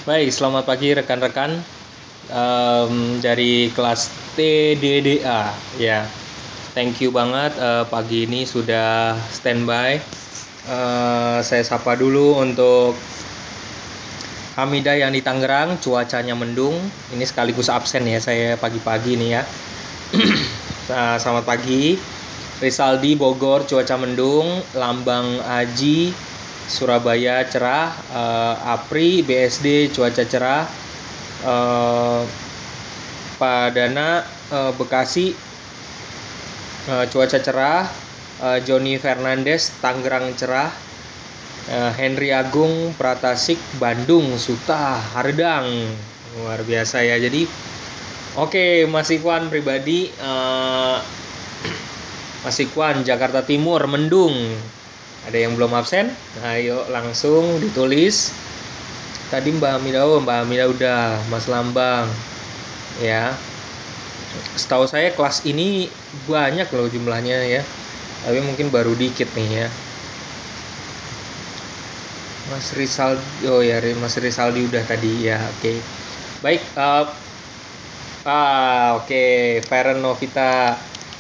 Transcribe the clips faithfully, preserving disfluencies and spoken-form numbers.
Baik, selamat pagi rekan-rekan Em, dari kelas T D D A ya. Thank you banget eh, pagi ini sudah standby. Eh, saya sapa dulu untuk Hamidah yang di Tangerang, cuacanya mendung. Ini sekaligus absen ya saya pagi-pagi nih ya. Nah, selamat pagi. Risaldi Bogor cuaca mendung, Lambang Aji Surabaya cerah, eh, Apri B S D cuaca cerah, eh, Padana eh, Bekasi eh, cuaca cerah, eh, Joni Fernandes Tangerang cerah, eh, Henry Agung Pratasik Bandung Suta Hardang luar biasa ya. Jadi oke, Mas Ikhwan pribadi, eh, Mas Ikhwan Jakarta Timur mendung. Ada yang belum absen? Ayo langsung ditulis. Tadi Mbak Hamida, oh Mbak Hamida udah, Mas Lambang ya. Setahu saya kelas ini banyak loh jumlahnya ya, tapi mungkin baru dikit nih ya. Mas Rizal, oh ya Mas Rizaldi udah tadi ya, oke. Okay. Baik, uh, ah oke, okay. Feren Novita,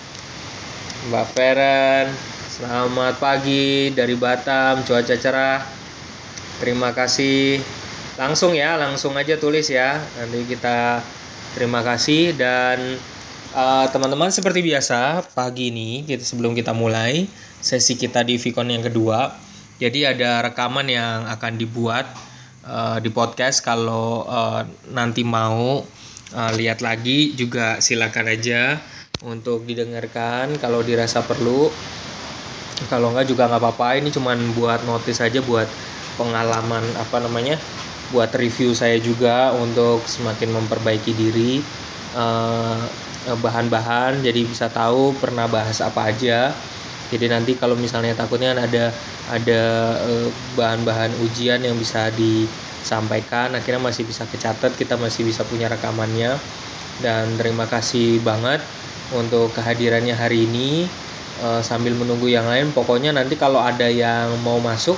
Mbak Feren, selamat pagi dari Batam, cuaca cerah. Terima kasih. Langsung ya, langsung aja tulis ya. Nanti kita terima kasih dan uh, teman-teman seperti biasa pagi ini kita sebelum kita mulai sesi kita di Vicon yang kedua. Jadi ada rekaman yang akan dibuat uh, di podcast. Kalau uh, nanti mau uh, lihat lagi juga silakan aja untuk didengarkan kalau dirasa perlu. Kalau enggak juga nggak apa-apa. Ini cuman buat notis aja, buat pengalaman apa namanya, buat review saya juga untuk semakin memperbaiki diri, uh, bahan-bahan jadi bisa tahu pernah bahas apa aja. Jadi nanti kalau misalnya takutnya ada ada uh, bahan-bahan ujian yang bisa disampaikan, akhirnya masih bisa kecatat, kita masih bisa punya rekamannya. Dan terima kasih banget untuk kehadirannya hari ini. Uh, sambil menunggu yang lain, pokoknya nanti kalau ada yang mau masuk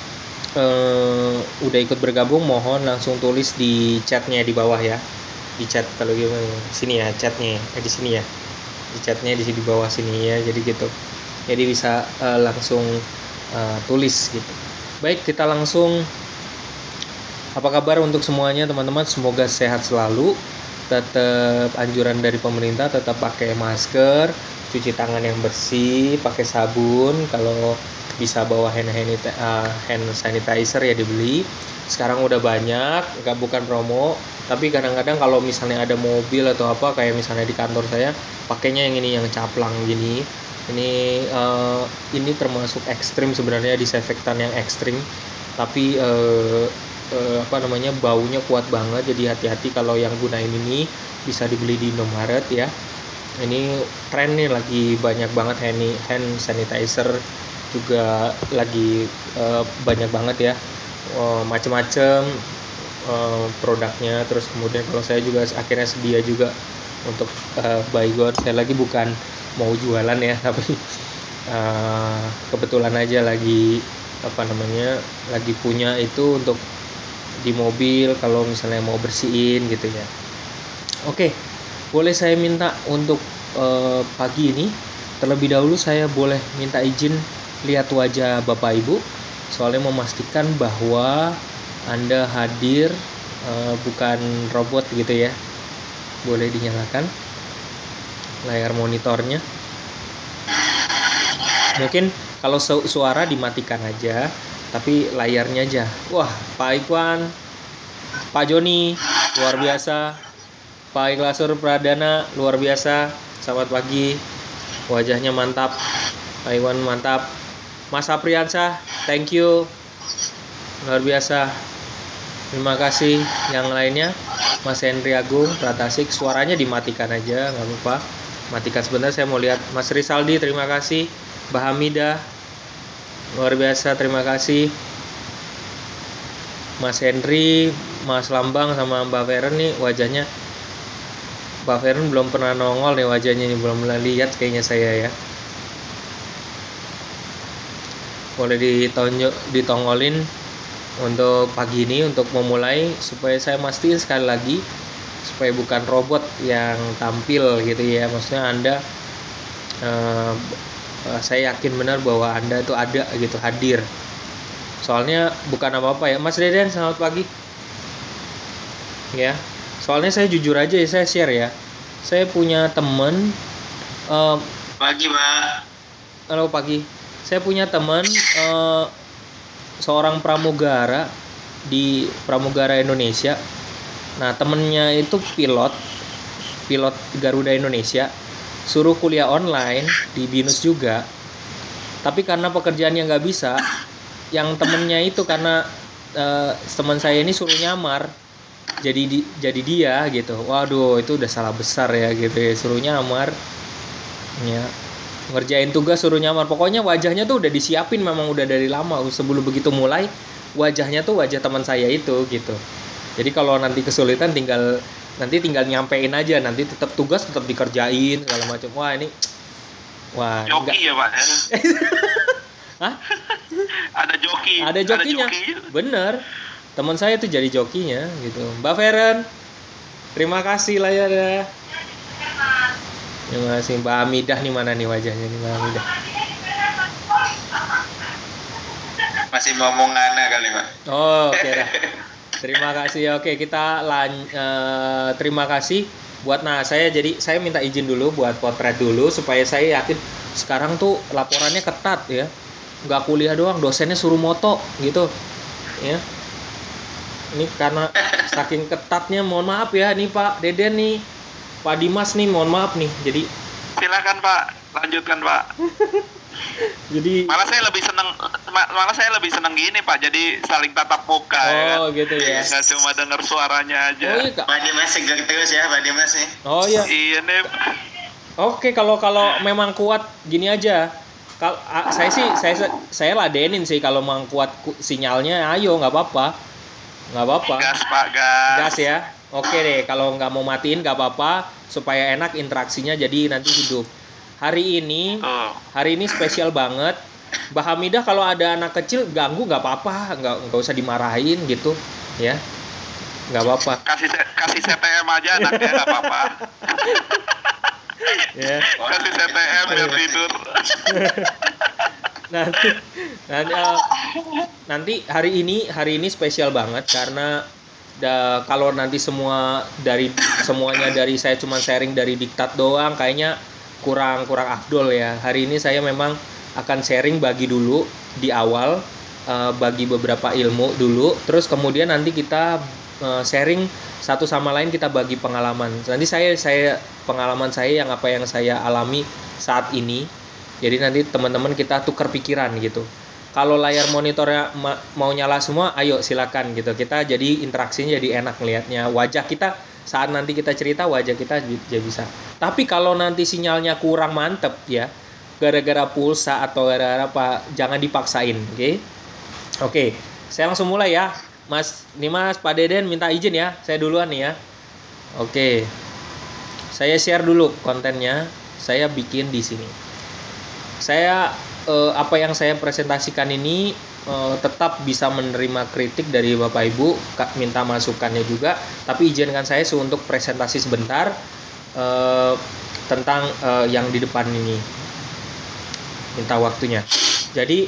uh, udah ikut bergabung, mohon langsung tulis di chatnya di bawah ya, di chat kalau gitu sini ya chatnya, eh, di sini ya, di chatnya di sini di bawah sini ya, jadi gitu, jadi bisa uh, langsung uh, tulis gitu. Baik, kita langsung. Apa kabar untuk semuanya teman-teman, semoga sehat selalu. Tetap anjuran dari pemerintah, tetap pakai masker, cuci tangan yang bersih, pakai sabun, kalau bisa bawa hand, hand sanitizer ya dibeli. Sekarang udah banyak, nggak bukan promo, tapi kadang-kadang kalau misalnya ada mobil atau apa, kayak misalnya di kantor saya pakainya yang ini, yang caplang gini. Ini uh, ini termasuk ekstrim sebenarnya, disinfektan yang ekstrim, tapi uh, Uh, apa namanya, baunya kuat banget, jadi hati-hati kalau yang gunain ini. Bisa dibeli di Indomaret ya. Ini tren nih, lagi banyak banget hand, hand sanitizer juga lagi uh, banyak banget ya, uh, macem-macem uh, produknya. Terus kemudian kalau saya juga akhirnya sedia juga untuk uh, buy god. Saya lagi bukan mau jualan ya, tapi uh, kebetulan aja lagi apa namanya lagi punya itu untuk di mobil kalau misalnya mau bersihin gitu ya. Oke, boleh saya minta untuk uh, pagi ini terlebih dahulu saya boleh minta izin lihat wajah Bapak Ibu, soalnya memastikan bahwa Anda hadir, uh, bukan robot gitu ya. Boleh dinyalakan layar monitornya. Mungkin kalau su- suara dimatikan aja, tapi layarnya aja. Wah, Pak Ikhwan, Pak Joni, luar biasa. Pak Ikhlasur Pradana, luar biasa. Selamat pagi. Wajahnya mantap. Pak Iwan mantap. Mas Apriansyah, thank you. Luar biasa. Terima kasih. Yang lainnya, Mas Henry Agung Pratasik, suaranya dimatikan aja, nggak apa-apa. Matikan sebentar, saya mau lihat. Mas Rizaldi, terima kasih. Mbak Hamidah, luar biasa, terima kasih. Mas Henry, Mas Lambang sama Mbak Feren nih wajahnya. Mbak Feren belum pernah nongol nih wajahnya, nih belum pernah lihat kayaknya saya ya. Boleh ditonjok, ditongolin untuk pagi ini untuk memulai, supaya saya mastiin sekali lagi supaya bukan robot yang tampil gitu ya. Maksudnya Anda uh, saya yakin benar bahwa Anda itu ada gitu, hadir. Soalnya bukan apa-apa ya. Mas Deden, selamat pagi. Ya. Soalnya saya jujur aja ya, saya share ya. Saya punya teman uh, pagi, Pak. Halo pagi. Saya punya teman uh, seorang pramugara di Pramugara Indonesia. Nah, temennya itu pilot, pilot Garuda Indonesia, suruh kuliah online di BINUS juga. Tapi karena pekerjaannya nggak bisa, yang temennya itu karena uh, teman saya ini suruh nyamar, jadi di, jadi dia gitu. Waduh, itu udah salah besar ya gitu ya, suruh nyamar, ya ngerjain tugas suruh nyamar. Pokoknya wajahnya tuh udah disiapin, memang udah dari lama sebelum begitu mulai. Wajahnya tuh wajah teman saya itu gitu. Jadi kalau nanti kesulitan tinggal nanti tinggal nyampein aja, nanti tetap tugas tetap dikerjain segala macam. Wah ini, wah joki enggak. Ya Pak. Hah? Ada joki. Ada jokinya. Ada joki. Bener. Teman saya tuh jadi jokinya gitu. Mbak Feren, terima kasih lah ya. Dah. Terima kasih. Mbak Hamidah nih, mana nih wajahnya nih Mbak Hamidah? Masih ngomong ngana kali Pak. Oh oke okay dah. Terima kasih. Oke kita lan uh, terima kasih buat, nah saya jadi saya minta izin dulu buat potret dulu supaya saya yakin sekarang tuh laporannya ketat ya. Nggak kuliah doang, dosennya suruh moto gitu ya. Ini karena saking ketatnya, mohon maaf ya nih Pak Deden nih, Pak Dimas nih, mohon maaf nih. Jadi silakan Pak, lanjutkan Pak. Jadi malah saya lebih seneng malah saya lebih seneng gini Pak, jadi saling tatap muka. Oh ya kan? Gitu ya. Nggak cuma dengar suaranya aja. Oh, iya, Pak Dimas segar terus ya Pak Dimas nih. Oh iya. Iya nih. Oke, kalau kalau memang kuat gini aja. Kalau saya sih saya saya ladenin sih, kalau memang kuat sinyalnya, ayo nggak apa-apa. Nggak apa-apa. Gas Pak, gas. Gas ya. Oke deh, kalau nggak mau matiin nggak apa-apa, supaya enak interaksinya, jadi nanti hidup. Hari ini, oh. hari ini spesial banget. Mbak Hamidah kalau ada anak kecil ganggu nggak apa-apa, nggak nggak usah dimarahin gitu, ya. Nggak apa-apa. Kasih kasih C T M aja anaknya, nggak apa-apa. Ya. Kasih C T M biar tidur. nanti nanti, uh, nanti hari ini hari ini spesial banget karena da, kalau nanti semua dari semuanya dari saya cuma sharing dari diktat doang, kayaknya kurang kurang afdol ya. Hari ini saya memang akan sharing, bagi dulu di awal, uh, bagi beberapa ilmu dulu, terus kemudian nanti kita uh, sharing satu sama lain, kita bagi pengalaman. Nanti saya saya pengalaman saya yang apa yang saya alami saat ini. Jadi nanti teman-teman kita tukar pikiran gitu. Kalau layar monitornya ma- mau nyala semua, ayo silakan gitu. Kita jadi interaksinya jadi enak ngelihatnya. Wajah kita saat nanti kita cerita, wajah kita jadi bisa. Tapi kalau nanti sinyalnya kurang mantep ya, gara-gara pulsa atau gara-gara apa, jangan dipaksain, oke? Okay? Oke, okay, saya langsung mulai ya. Mas, nih Mas, Pak Deden minta izin ya. Saya duluan nih ya. Oke. Okay. Saya share dulu kontennya. Saya bikin di sini. Saya eh, apa yang saya presentasikan ini eh, tetap bisa menerima kritik dari Bapak Ibu, minta masukannya juga, tapi izinkan saya untuk presentasi sebentar eh, tentang eh, yang di depan ini. Minta waktunya. Jadi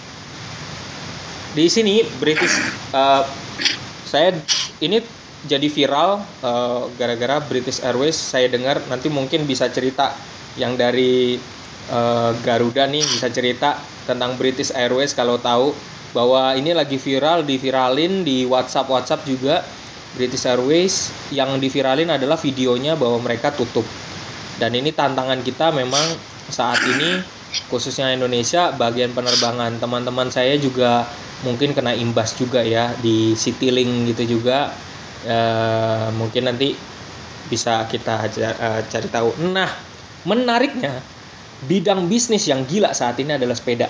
di sini British eh, saya ini jadi viral eh, gara-gara British Airways. Saya dengar, nanti mungkin bisa cerita yang dari Uh, Garuda nih, bisa cerita tentang British Airways kalau tahu bahwa ini lagi viral, diviralin di WhatsApp WhatsApp juga. British Airways yang diviralin adalah videonya bahwa mereka tutup. Dan ini tantangan kita memang saat ini, khususnya Indonesia, bagian penerbangan. Teman-teman saya juga mungkin kena imbas juga ya, di Citylink gitu juga. Uh, mungkin nanti bisa kita uh, cari tahu. Nah, menariknya, bidang bisnis yang gila saat ini adalah sepeda.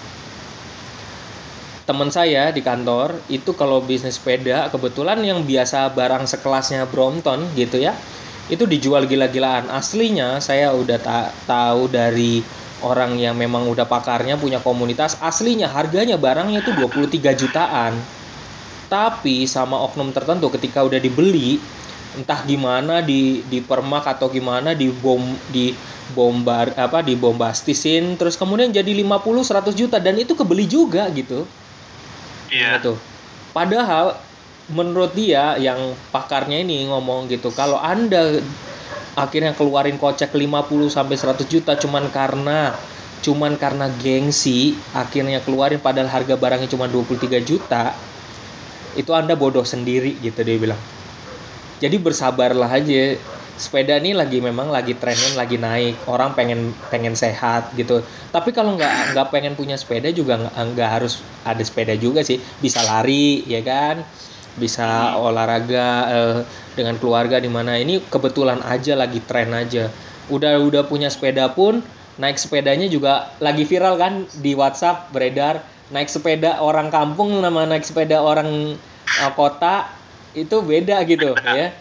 Teman saya di kantor itu kalau bisnis sepeda, kebetulan yang biasa barang sekelasnya Brompton gitu ya, itu dijual gila-gilaan. Aslinya saya udah ta- tahu dari orang yang memang udah pakarnya, punya komunitas, aslinya harganya barangnya itu dua puluh tiga jutaan. Tapi sama oknum tertentu ketika udah dibeli, entah gimana di di permak atau gimana di bom di bombar apa dibombastisin, terus kemudian jadi lima puluh seratus juta dan itu kebeli juga gitu. Iya. Gitu. Padahal menurut dia yang pakarnya ini ngomong gitu, kalau Anda akhirnya keluarin kocek lima puluh sampai seratus juta cuman karena cuman karena gengsi, akhirnya keluarin padahal harga barangnya cuma dua puluh tiga juta, itu Anda bodoh sendiri gitu dia bilang. Jadi bersabarlah aja. Sepeda ini lagi memang lagi trennya lagi naik. Orang pengen pengen sehat gitu. Tapi kalau nggak nggak pengen punya sepeda juga nggak nggak harus ada sepeda juga sih. Bisa lari ya kan. Bisa olahraga eh, dengan keluarga di mana. Ini kebetulan aja lagi tren aja. Udah udah punya sepeda pun naik sepedanya juga lagi viral kan di WhatsApp beredar. Naik sepeda orang kampung sama naik sepeda orang uh, kota itu beda gitu ya.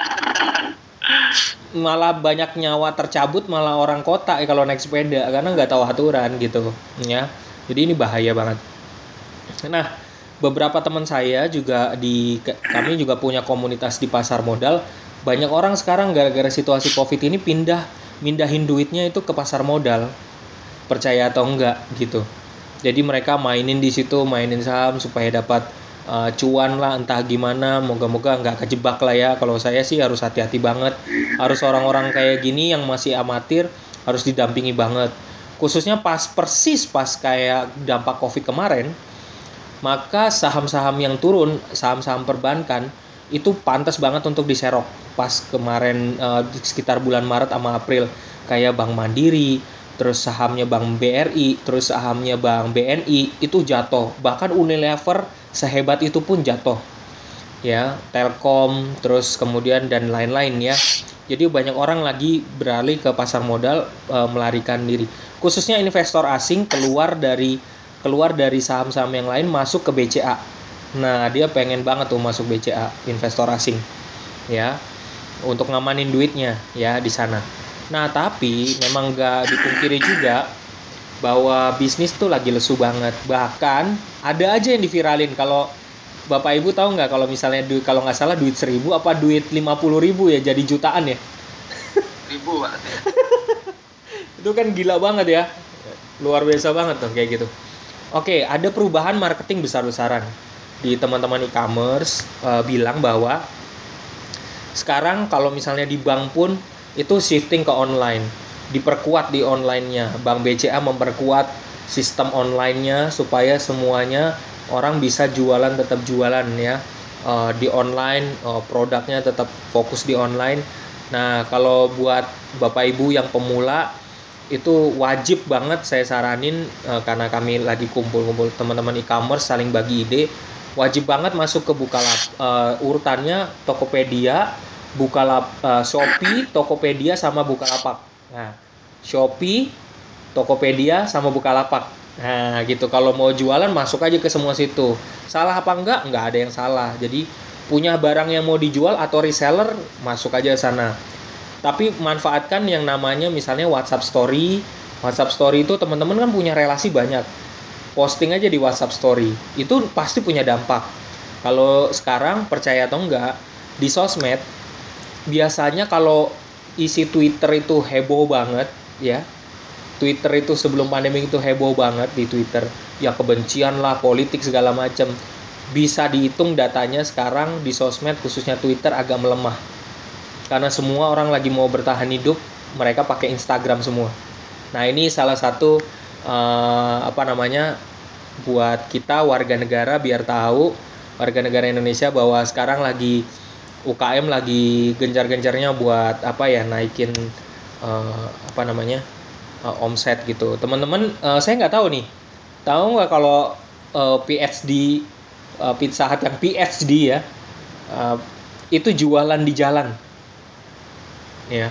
Malah banyak nyawa tercabut malah orang kota ya kalau naik sepeda karena nggak tahu aturan gitu ya. Jadi ini bahaya banget. Nah, beberapa teman saya juga di kami juga punya komunitas di pasar modal. Banyak orang sekarang gara-gara situasi Covid ini pindah mindahin duitnya itu ke pasar modal. Percaya atau enggak gitu. Jadi mereka mainin di situ, mainin saham supaya dapat uh, cuan lah entah gimana, moga-moga nggak kejebak lah ya. Kalau saya sih harus hati-hati banget, harus orang-orang kayak gini yang masih amatir harus didampingi banget, khususnya pas persis pas kayak dampak Covid kemarin, maka saham-saham yang turun, saham-saham perbankan itu pantas banget untuk diserok pas kemarin uh, sekitar bulan Maret sama April, kayak Bank Mandiri, terus sahamnya Bank B R I, terus sahamnya Bank B N I itu jatuh. Bahkan Unilever sehebat itu pun jatuh. Ya, Telkom, terus kemudian dan lain-lain ya. Jadi banyak orang lagi beralih ke pasar modal e, melarikan diri. Khususnya investor asing keluar dari keluar dari saham-saham yang lain masuk ke B C A. Nah, dia pengen banget tuh masuk B C A, investor asing. Ya. Untuk ngamanin duitnya ya di sana. Nah, tapi memang nggak dipungkiri juga bahwa bisnis tuh lagi lesu banget. Bahkan ada aja yang diviralin. Kalau Bapak Ibu tahu nggak kalau misalnya duit, kalau nggak salah duit seribu apa duit lima puluh ribu ya jadi jutaan ya? Ribu, Pak. Itu kan gila banget ya. Luar biasa banget tuh kayak gitu. Oke, ada perubahan marketing besar-besaran. Di teman-teman e-commerce uh, bilang bahwa sekarang kalau misalnya di bank pun itu shifting ke online, diperkuat di online-nya. Bank B C A memperkuat sistem online-nya supaya semuanya orang bisa jualan tetap jualan ya uh, di online, uh, produknya tetap fokus di online. Nah, kalau buat Bapak Ibu yang pemula itu wajib banget saya saranin uh, karena kami lagi kumpul-kumpul teman-teman e-commerce saling bagi ide, wajib banget masuk ke Bukalapak, uh, urutannya Tokopedia, Bukalap, uh, Shopee, Tokopedia sama Bukalapak. Nah, Shopee, Tokopedia sama Bukalapak. Nah, gitu. Kalau mau jualan masuk aja ke semua situ. Salah apa enggak? Enggak ada yang salah. Jadi punya barang yang mau dijual atau reseller masuk aja sana. Tapi manfaatkan yang namanya misalnya WhatsApp Story. WhatsApp Story itu teman-teman kan punya relasi banyak. Posting aja di WhatsApp Story. Itu pasti punya dampak. Kalau sekarang percaya atau enggak, di sosmed biasanya kalau isi Twitter itu heboh banget ya. Twitter itu sebelum pandemi itu heboh banget di Twitter. Ya kebencian lah, politik segala macam. Bisa dihitung datanya sekarang di sosmed khususnya Twitter agak melemah. Karena semua orang lagi mau bertahan hidup, mereka pakai Instagram semua. Nah, ini salah satu uh, apa namanya buat kita warga negara biar tahu, warga negara Indonesia bahwa sekarang lagi U K M lagi gencar-gencarnya buat apa ya naikin uh, apa namanya uh, omset gitu. Teman-teman, uh, saya nggak tahu nih, tahu nggak kalau uh, P H D uh, Pizza Hut yang P H D ya, uh, itu jualan di jalan, ya.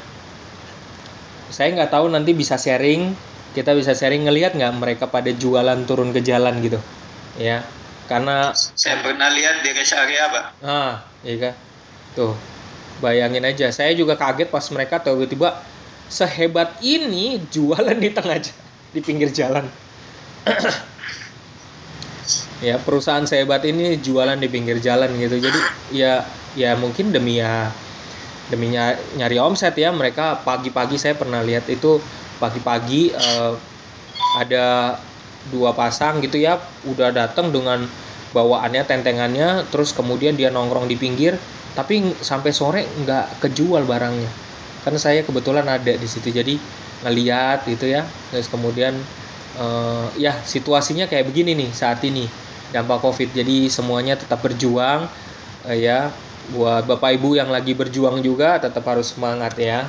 Saya nggak tahu nanti bisa sharing, kita bisa sharing ngelihat nggak mereka pada jualan turun ke jalan gitu, ya. Karena saya pernah lihat di rest area, Pak. Ah, iya kan. Tuh, bayangin aja. Saya juga kaget pas mereka tiba-tiba sehebat ini jualan di tengah di pinggir jalan. Ya perusahaan sehebat ini jualan di pinggir jalan gitu. Jadi ya ya mungkin demi ya demi nyari omset ya, mereka pagi-pagi saya pernah lihat itu pagi-pagi eh, ada dua pasang gitu ya, udah datang dengan bawaannya tentengannya, terus kemudian dia nongkrong di pinggir, tapi sampai sore nggak kejual barangnya. Karena saya kebetulan ada di situ, jadi ngeliat gitu ya. Terus kemudian eh, ya situasinya kayak begini nih saat ini, dampak covid, jadi semuanya tetap berjuang eh, ya. Buat bapak ibu yang lagi berjuang juga tetap harus semangat ya.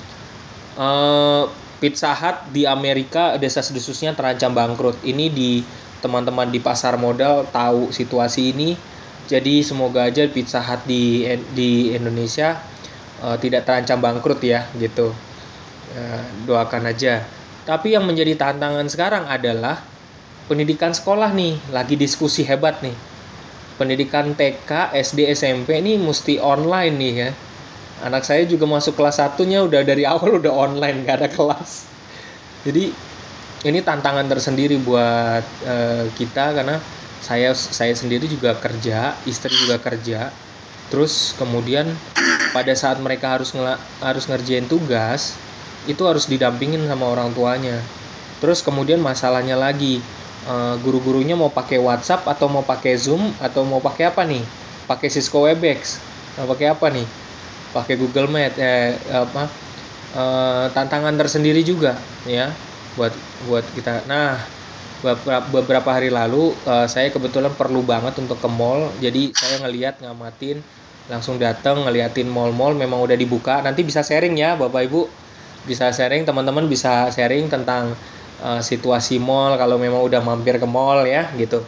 eh, Pizza Hut di Amerika desas-desusnya terancam bangkrut. Ini di teman-teman di pasar modal tahu situasi ini. Jadi semoga aja Pizza Hut di di Indonesia uh, tidak terancam bangkrut ya gitu. Uh, doakan aja. Tapi yang menjadi tantangan sekarang adalah pendidikan sekolah nih, lagi diskusi hebat nih. Pendidikan T K, S D, S M P ini mesti online nih ya. Anak saya juga masuk kelas satunya udah dari awal udah online, gak ada kelas. Jadi ini tantangan tersendiri buat uh, kita, karena saya saya sendiri juga kerja, istri juga kerja. Terus kemudian pada saat mereka harus ngela, harus ngerjain tugas, itu harus didampingin sama orang tuanya. Terus kemudian masalahnya lagi, uh, guru-gurunya mau pakai WhatsApp atau mau pakai Zoom atau mau pakai apa nih? Pakai Cisco Webex. Mau pakai apa nih? Pakai Google Meet, eh, apa eh, tantangan tersendiri juga ya buat buat kita. Nah beberapa, beberapa hari lalu eh, saya kebetulan perlu banget untuk ke mall, jadi saya ngelihat ngamatin, langsung datang ngeliatin mall-mall memang udah dibuka. Nanti bisa sharing ya bapak ibu, bisa sharing, teman-teman bisa sharing tentang eh, situasi mall kalau memang udah mampir ke mall ya gitu.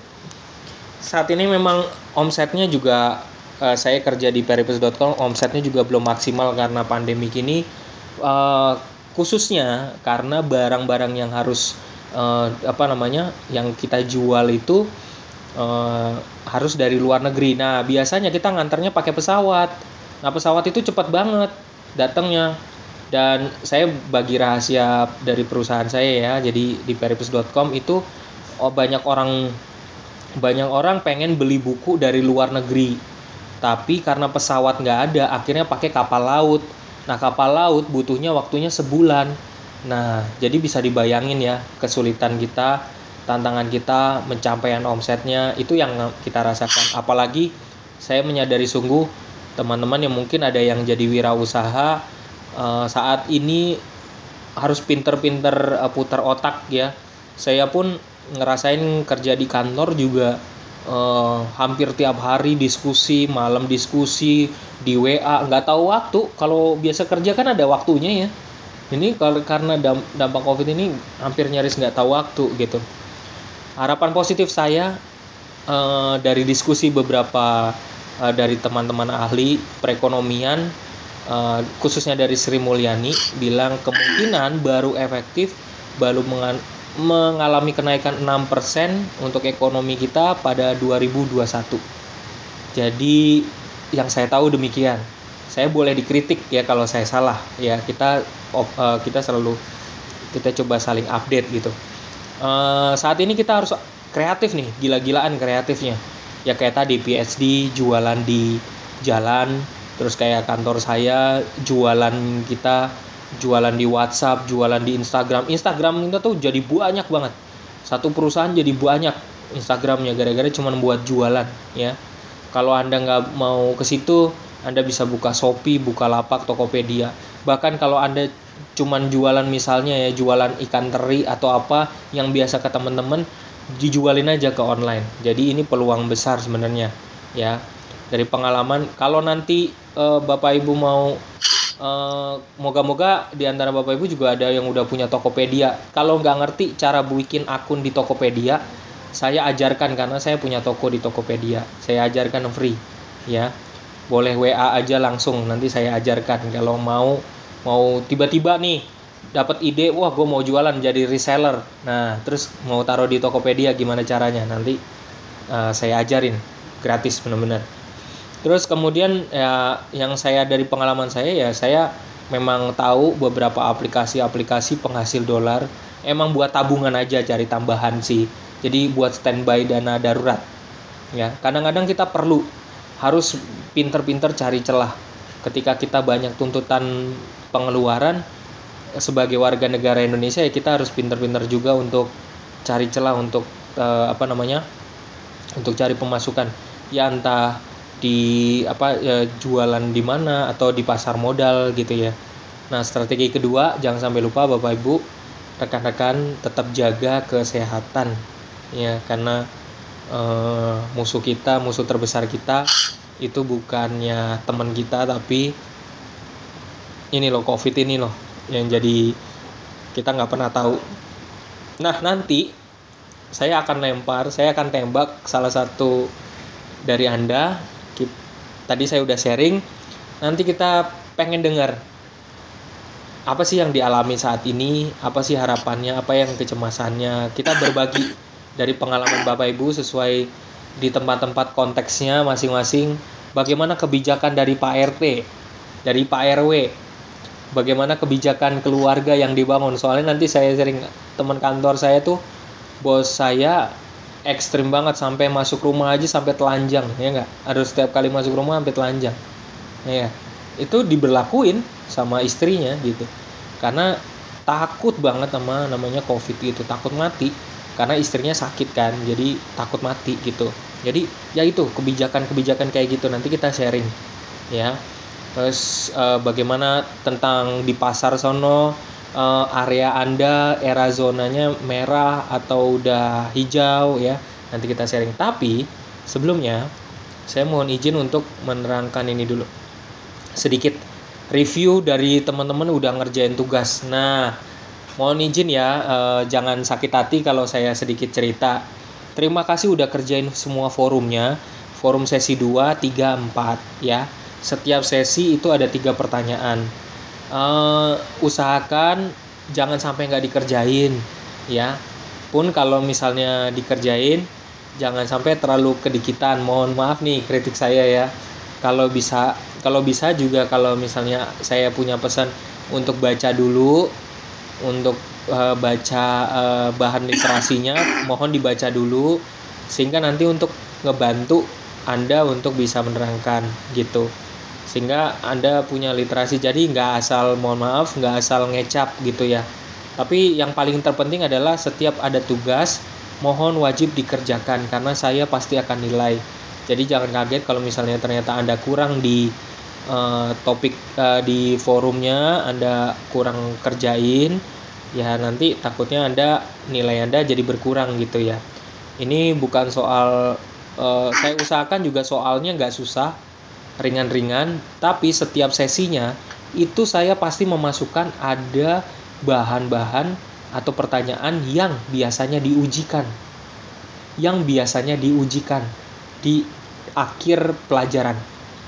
Saat ini memang omsetnya juga Uh, saya kerja di peripus dot com, omsetnya juga belum maksimal karena pandemi ini, uh, khususnya karena barang-barang yang harus uh, apa namanya yang kita jual itu uh, harus dari luar negeri. Nah biasanya kita ngantarnya pakai pesawat. Nah pesawat itu cepat banget datangnya. Dan saya bagi rahasia dari perusahaan saya ya, jadi di peripus dot com itu oh, banyak orang banyak orang pengen beli buku dari luar negeri. Tapi karena pesawat nggak ada, akhirnya pakai kapal laut. Nah kapal laut butuhnya waktunya sebulan. Nah jadi bisa dibayangin ya kesulitan kita, tantangan kita pencapaian omsetnya itu yang kita rasakan. Apalagi saya menyadari sungguh teman-teman yang mungkin ada yang jadi wirausaha eh, saat ini harus pinter-pinter eh, putar otak ya. Saya pun ngerasain kerja di kantor juga. Uh, hampir tiap hari diskusi, malam diskusi di W A, nggak tahu waktu. Kalau biasa kerja kan ada waktunya ya. Ini kalau karena dampak covid ini hampir nyaris nggak tahu waktu gitu. Harapan positif saya uh, dari diskusi beberapa uh, dari teman-teman ahli perekonomian, uh, khususnya dari Sri Mulyani, bilang kemungkinan baru efektif baru mengan mengalami kenaikan enam persen untuk ekonomi kita pada dua ribu dua puluh satu. Jadi yang saya tahu demikian. Saya boleh dikritik ya kalau saya salah. Ya kita uh, kita selalu kita coba saling update gitu. Uh, saat ini kita harus kreatif nih, gila-gilaan kreatifnya. Ya kayak tadi P H D jualan di jalan, terus kayak kantor saya jualan kita jualan di WhatsApp, jualan di Instagram. Instagram kita tuh jadi banyak banget. Satu perusahaan jadi banyak Instagramnya gara-gara cuma buat jualan ya. Kalau Anda nggak mau ke situ, Anda bisa buka Shopee, Bukalapak, Tokopedia. Bahkan kalau Anda cuma jualan misalnya ya jualan ikan teri atau apa yang biasa ke teman-teman, dijualin aja ke online. Jadi ini peluang besar sebenarnya ya. Dari pengalaman, kalau nanti eh, Bapak Ibu mau Uh, moga-moga di antara Bapak Ibu juga ada yang udah punya Tokopedia. Kalau nggak ngerti cara bikin akun di Tokopedia, saya ajarkan karena saya punya toko di Tokopedia. Saya ajarkan free, ya. Boleh W A aja langsung, nanti saya ajarkan. Kalau mau mau tiba-tiba nih dapat ide, wah gue mau jualan jadi reseller. Nah, terus mau taruh di Tokopedia gimana caranya? Nanti uh, saya ajarin gratis benar-benar. Terus kemudian ya yang saya dari pengalaman saya ya saya memang tahu beberapa aplikasi-aplikasi penghasil dolar emang buat tabungan aja, cari tambahan sih. Jadi buat standby dana darurat. Ya, kadang-kadang kita perlu harus pinter-pinter cari celah. Ketika kita banyak tuntutan pengeluaran sebagai warga negara Indonesia, ya kita harus pinter-pinter juga untuk cari celah untuk eh, apa namanya? untuk cari pemasukan. Ya entah di apa ya, jualan di mana atau di pasar modal gitu ya. Nah, strategi kedua, jangan sampai lupa Bapak Ibu, rekan-rekan tetap jaga kesehatan ya, karena eh, musuh kita, musuh terbesar kita itu bukannya teman kita, tapi ini loh, COVID ini loh yang jadi kita nggak pernah tahu. Nah, nanti saya akan lempar, saya akan tembak salah satu dari Anda. Tadi saya udah sharing, nanti kita pengen dengar apa sih yang dialami saat ini, apa sih harapannya, apa yang kecemasannya. Kita berbagi dari pengalaman Bapak Ibu sesuai di tempat-tempat konteksnya masing-masing. Bagaimana kebijakan dari Pak R T, dari Pak R W, bagaimana kebijakan keluarga yang dibangun. Soalnya nanti saya sering, teman kantor saya tuh, bos saya ekstrim banget, sampai masuk rumah aja sampai telanjang, ya nggak? Harus setiap kali masuk rumah sampai telanjang, ya. Itu diberlakuin sama istrinya gitu, karena takut banget sama namanya COVID gitu, takut mati karena istrinya sakit kan, jadi takut mati gitu. Jadi ya itu kebijakan-kebijakan kayak gitu nanti kita sharing ya. Terus eh, bagaimana tentang di pasar sono, eh, area Anda era zonanya merah atau udah hijau ya, nanti kita sharing. Tapi sebelumnya saya mohon izin untuk menerangkan ini dulu, sedikit review dari teman-teman udah ngerjain tugas. Nah, mohon izin ya, eh, jangan sakit hati kalau saya sedikit cerita. Terima kasih udah kerjain semua forumnya, forum sesi dua, tiga, empat ya. Setiap sesi itu ada tiga pertanyaan. Eh, usahakan jangan sampai nggak dikerjain ya. Pun kalau misalnya dikerjain, jangan sampai terlalu kedikitan. Mohon maaf nih kritik saya ya. Kalau bisa, kalau bisa juga kalau misalnya saya punya pesan untuk baca dulu, untuk uh, baca uh, bahan literasinya, mohon dibaca dulu sehingga nanti untuk ngebantu Anda untuk bisa menerangkan gitu. Sehingga Anda punya literasi, jadi nggak asal, mohon maaf, nggak asal ngecap gitu ya. Tapi yang paling terpenting adalah setiap ada tugas, mohon wajib dikerjakan karena saya pasti akan nilai. Jadi jangan kaget kalau misalnya ternyata Anda kurang di uh, topik uh, di forumnya, Anda kurang kerjain, ya nanti takutnya Anda nilai Anda jadi berkurang gitu ya. Ini bukan soal, uh, saya usahakan juga soalnya nggak susah, ringan-ringan, tapi setiap sesinya itu saya pasti memasukkan ada bahan-bahan atau pertanyaan yang biasanya diujikan, yang biasanya diujikan di akhir pelajaran.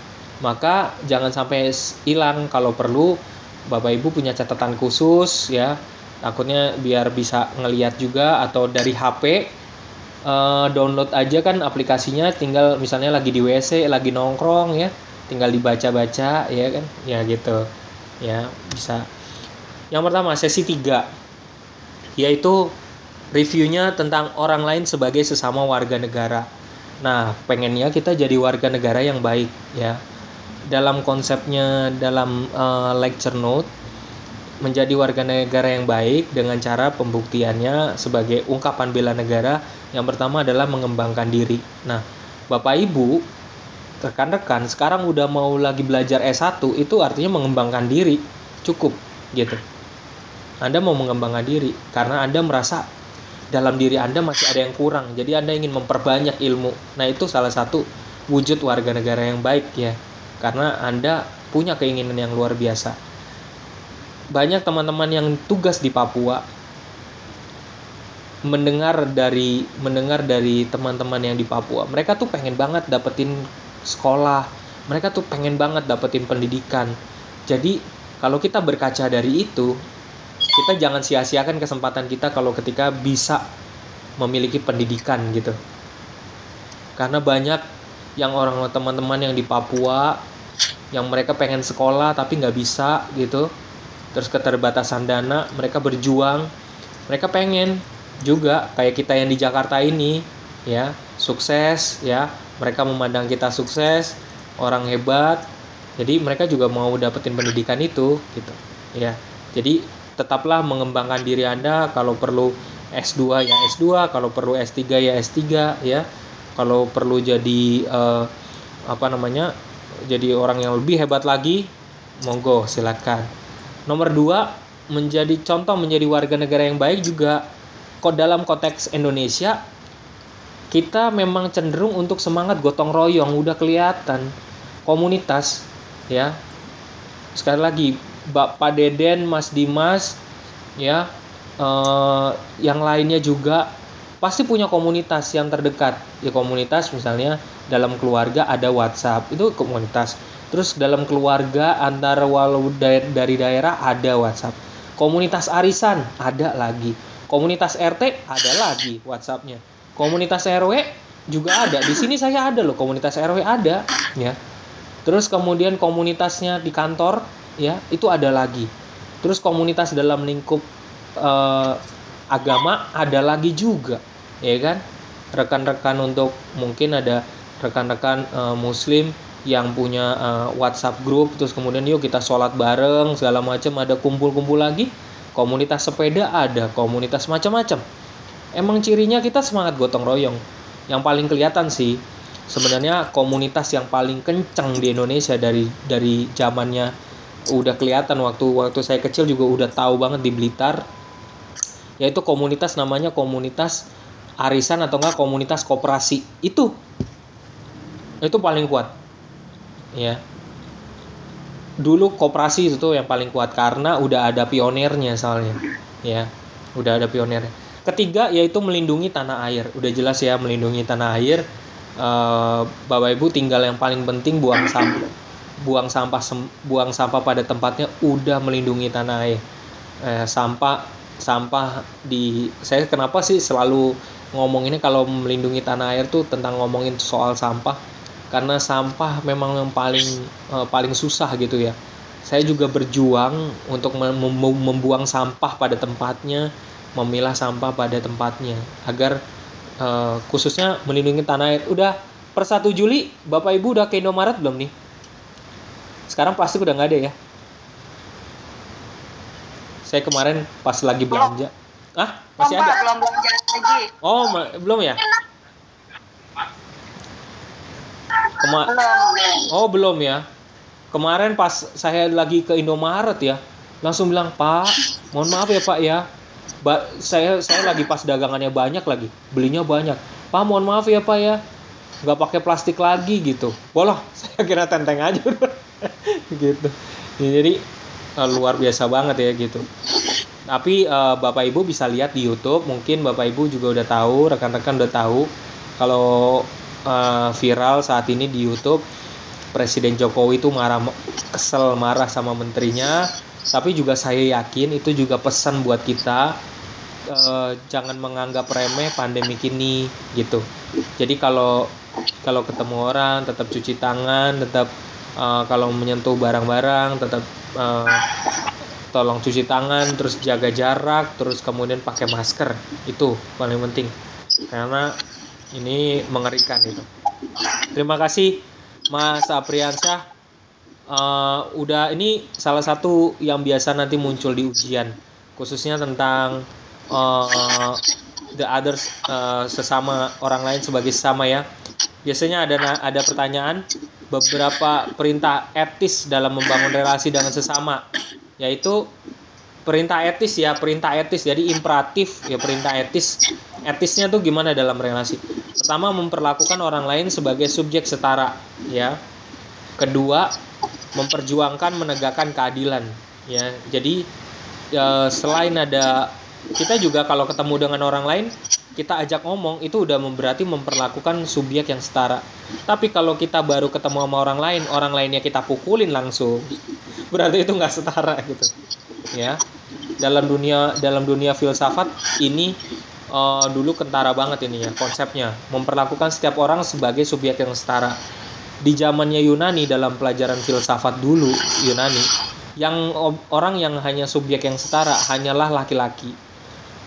Maka jangan sampai hilang. Kalau perlu Bapak Ibu punya catatan khusus ya, takutnya biar bisa ngelihat juga, atau dari H P eh, download aja kan aplikasinya, tinggal misalnya lagi di W C, lagi nongkrong ya, tinggal dibaca-baca ya kan, ya gitu ya, bisa. Yang pertama sesi tiga, yaitu reviewnya tentang orang lain sebagai sesama warga negara. Nah, pengennya kita jadi warga negara yang baik ya. Dalam konsepnya, dalam uh, lecture note, menjadi warga negara yang baik dengan cara pembuktiannya sebagai ungkapan bela negara. Yang pertama adalah mengembangkan diri. Nah, Bapak Ibu, rekan-rekan sekarang udah mau lagi belajar S satu, itu artinya mengembangkan diri. Cukup gitu. Anda mau mengembangkan diri karena Anda merasa dalam diri Anda masih ada yang kurang, jadi Anda ingin memperbanyak ilmu. Nah, itu salah satu wujud warga negara yang baik ya, karena Anda punya keinginan yang luar biasa. Banyak teman-teman yang tugas di Papua mendengar dari mendengar dari teman-teman yang di Papua, mereka tuh pengen banget dapetin sekolah, mereka tuh pengen banget dapetin pendidikan. Jadi kalau kita berkaca dari itu, kita jangan sia-siakan kesempatan kita kalau ketika bisa memiliki pendidikan gitu. Karena banyak yang orang teman-teman yang di Papua yang mereka pengen sekolah tapi nggak bisa gitu. Terus keterbatasan dana, mereka berjuang, mereka pengen juga kayak kita yang di Jakarta ini ya, sukses ya, mereka memandang kita sukses, orang hebat, jadi mereka juga mau dapetin pendidikan itu gitu ya. Jadi tetaplah mengembangkan diri Anda, kalau perlu S dua ya S dua, kalau perlu S tiga ya S tiga ya, kalau perlu jadi eh, apa namanya, jadi orang yang lebih hebat lagi, monggo silakan. Nomor dua, menjadi contoh, menjadi warga negara yang baik juga. Kok dalam konteks Indonesia kita memang cenderung untuk semangat gotong royong, udah kelihatan komunitas ya. Sekali lagi, Bapak Deden, Mas Dimas ya, eh, yang lainnya juga pasti punya komunitas yang terdekat ya. Komunitas misalnya dalam keluarga ada WhatsApp, itu komunitas. Terus dalam keluarga antar walau dari daerah ada WhatsApp. Komunitas arisan ada lagi. Komunitas R T ada lagi WhatsAppnya. Komunitas R W juga ada. Di sini saya ada loh, komunitas R W ada ya. Terus kemudian komunitasnya di kantor ya, itu ada lagi. Terus komunitas dalam lingkup eh, agama ada lagi juga, ya kan? Rekan-rekan untuk mungkin ada rekan-rekan eh, muslim yang punya uh, WhatsApp group, terus kemudian yuk kita sholat bareng segala macam, ada kumpul-kumpul lagi. Komunitas sepeda ada, komunitas macam-macam. Emang cirinya kita semangat gotong royong. Yang paling kelihatan sih sebenarnya komunitas yang paling kencang di Indonesia dari dari zamannya udah kelihatan, waktu waktu saya kecil juga udah tahu banget di Blitar, yaitu komunitas namanya komunitas arisan atau enggak komunitas koperasi. Itu itu paling kuat. Ya, dulu koperasi itu tuh yang paling kuat karena udah ada pionirnya soalnya ya, udah ada pionirnya. Ketiga yaitu melindungi tanah air, udah jelas ya, melindungi tanah air. uh, Bapak Ibu tinggal yang paling penting buang sampah, buang sampah buang sampah pada tempatnya, udah melindungi tanah air. eh, sampah sampah di saya kenapa sih selalu ngomong ini kalau melindungi tanah air tuh tentang ngomongin soal sampah, karena sampah memang yang paling uh, paling susah gitu ya. Saya juga berjuang untuk mem- mem- membuang sampah pada tempatnya, memilah sampah pada tempatnya, agar uh, khususnya melindungi tanah air. Udah per satu Juli Bapak Ibu udah ke Indomaret belum nih? Sekarang plastik udah nggak ada ya. Saya kemarin pas lagi belanja. Ah, masih ada? Belum belanja lagi. Oh, ma- belum ya? Kema- Belum. oh belum ya. Kemarin pas saya lagi ke Indomaret ya, langsung bilang, Pak, mohon maaf ya Pak ya, ba- saya saya lagi pas dagangannya banyak lagi, belinya banyak. Pak, mohon maaf ya Pak ya, nggak pakai plastik lagi gitu. Bolah, saya kira tenteng aja gitu. Ya, jadi uh, luar biasa banget ya gitu. Tapi uh, Bapak Ibu bisa lihat di YouTube, mungkin Bapak Ibu juga udah tahu, rekan-rekan udah tahu kalau Uh, viral saat ini di YouTube, Presiden Jokowi itu marah, kesel marah sama menterinya. Tapi juga saya yakin itu juga pesan buat kita, uh, jangan menganggap remeh pandemi ini gitu. Jadi kalau kalau ketemu orang tetap cuci tangan, tetap uh, kalau menyentuh barang-barang tetap uh, tolong cuci tangan, terus jaga jarak, terus kemudian pakai masker. Itu paling penting karena ini mengerikan itu. Terima kasih Mas Apriansyah. Uh, udah ini salah satu yang biasa nanti muncul di ujian, khususnya tentang uh, the others, uh, sesama orang lain sebagai sesama ya. Biasanya ada ada pertanyaan beberapa perintah etis dalam membangun relasi dengan sesama, yaitu perintah etis ya, perintah etis. Jadi imperatif ya, perintah etis. Etisnya tuh gimana dalam relasi? Pertama, memperlakukan orang lain sebagai subjek setara ya. Kedua, memperjuangkan menegakkan keadilan ya. Jadi ya, selain ada, kita juga kalau ketemu dengan orang lain kita ajak ngomong, itu udah berarti memperlakukan subjek yang setara. Tapi kalau kita baru ketemu sama orang lain, orang lainnya kita pukulin langsung, berarti itu nggak setara gitu ya. Dalam dunia dalam dunia filsafat ini uh, dulu kentara banget ini ya konsepnya, memperlakukan setiap orang sebagai subjek yang setara. Di zamannya Yunani, dalam pelajaran filsafat dulu Yunani, yang orang yang hanya subjek yang setara hanyalah laki-laki.